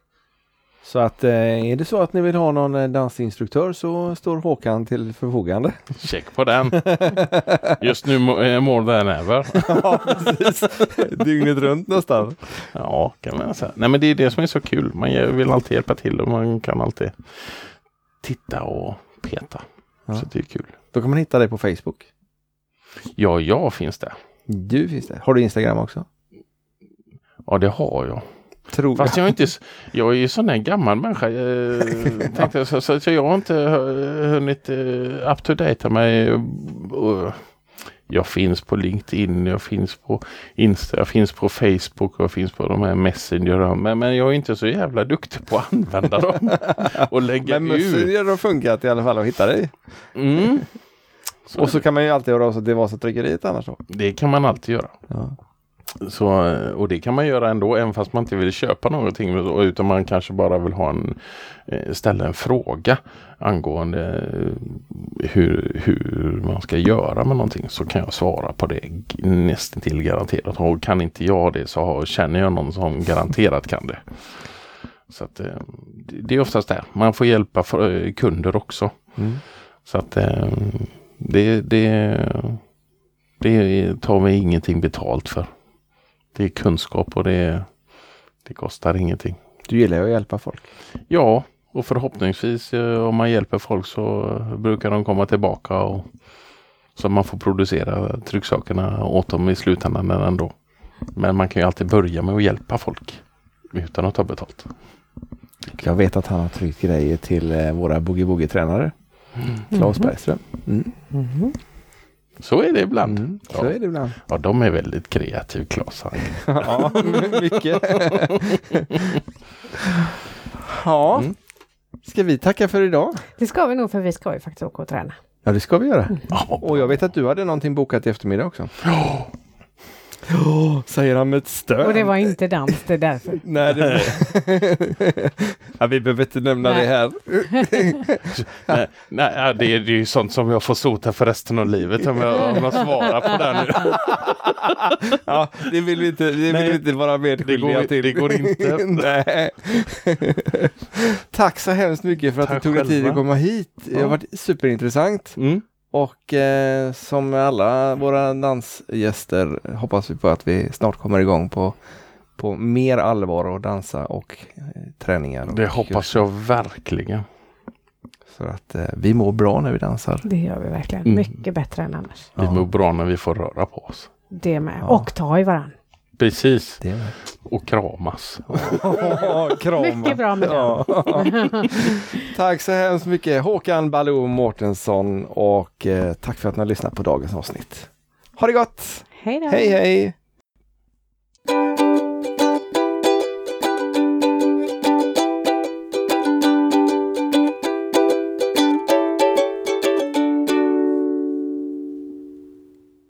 Så att eh, är det så att ni vill ha någon dansinstruktör så står Håkan till förfogande. Check på den. Just nu är more than ever. Ja, precis. Dygnet runt nästan. Ja, kan man säga. Nej, men det är det som är så kul. Man vill alltid hjälpa till och man kan alltid titta och peta. Ja. Så det är kul. Då kan man hitta dig på Facebook. Ja, jag finns där. Du finns där. Har du Instagram också? Ja, det har jag. Tror Fast jag är inte, jag är ju sån här gammal människa. Jag, tänkte, så, så, så jag har inte hunnit uh, up to date mig. Uh, jag finns på LinkedIn, jag finns på Insta, jag finns på Facebook och jag finns på de här Messenger. Men, men jag är inte så jävla duktig på att använda dem och lägga men ut. Men Messenger har funkat i alla fall att hitta dig. Mm. Så och så kan man ju alltid göra så att det var så tryckeriet annars då. Det kan man alltid göra. Ja. Så, och det kan man göra ändå, även fast man inte vill köpa någonting, utan man kanske bara vill ha en, ställa en fråga angående hur, hur man ska göra med någonting, så kan jag svara på det nästan till garanterat. Och kan inte jag det så har, känner jag någon som garanterat kan det. Så att det är oftast det. Man får hjälpa för, kunder också. Mm. Så att det, det, det tar vi ingenting betalt för. Det är kunskap och det, det kostar ingenting. Du gillar att hjälpa folk? Ja, och förhoppningsvis om man hjälper folk så brukar de komma tillbaka och så man får producera trycksakerna åt dem i slutändan ändå. Men man kan ju alltid börja med att hjälpa folk utan att ta betalt. Jag vet att han har tryckt grejer till våra boogie-boogie-tränare. Mm. Claes Bergström. Mm. Mm. Så är det ibland. Mm, ja. Så är det ibland. Ja, de är väldigt kreativa, Claes. Ja, mycket. Ja. Mm. Ska vi tacka för idag? Det ska vi nog, för vi ska ju faktiskt åka och träna. Ja, det ska vi göra. Mm. Och jag vet att du hade någonting bokat i eftermiddag också. Ja. Oh, säger han med ett stön. Och det var inte dans, det är därför. Nej, det ja, vi behöver inte nämna Nej. det här. nej, nej, det är, det är ju sånt som jag får sota för resten av livet om jag, om jag svarar på det nu. Ja, det vill vi inte, det vill Nej, vi inte vara medskyldiga går, till. det går inte. Nej. Tack så hemskt mycket för att Tack du tog dig tid själva. att komma hit. Det har varit superintressant. Mm. Och eh, som med alla våra dansgäster hoppas vi på att vi snart kommer igång på, på mer allvar och dansa och eh, träningar. Och Det hoppas jag verkligen. Så att eh, vi mår bra när vi dansar. Det gör vi verkligen. Mm. Mycket bättre än annars. Vi Ja. mår bra när vi får röra på oss. Det med. Ja. Och ta i varann. Precis. Det med. Och kramas. Krama. Mycket bra med Ja. Tack så hemskt mycket Håkan Baloo Mårtensson och eh, tack för att ni har lyssnat på dagens avsnitt. Ha det gott! Hej då! Hej hej!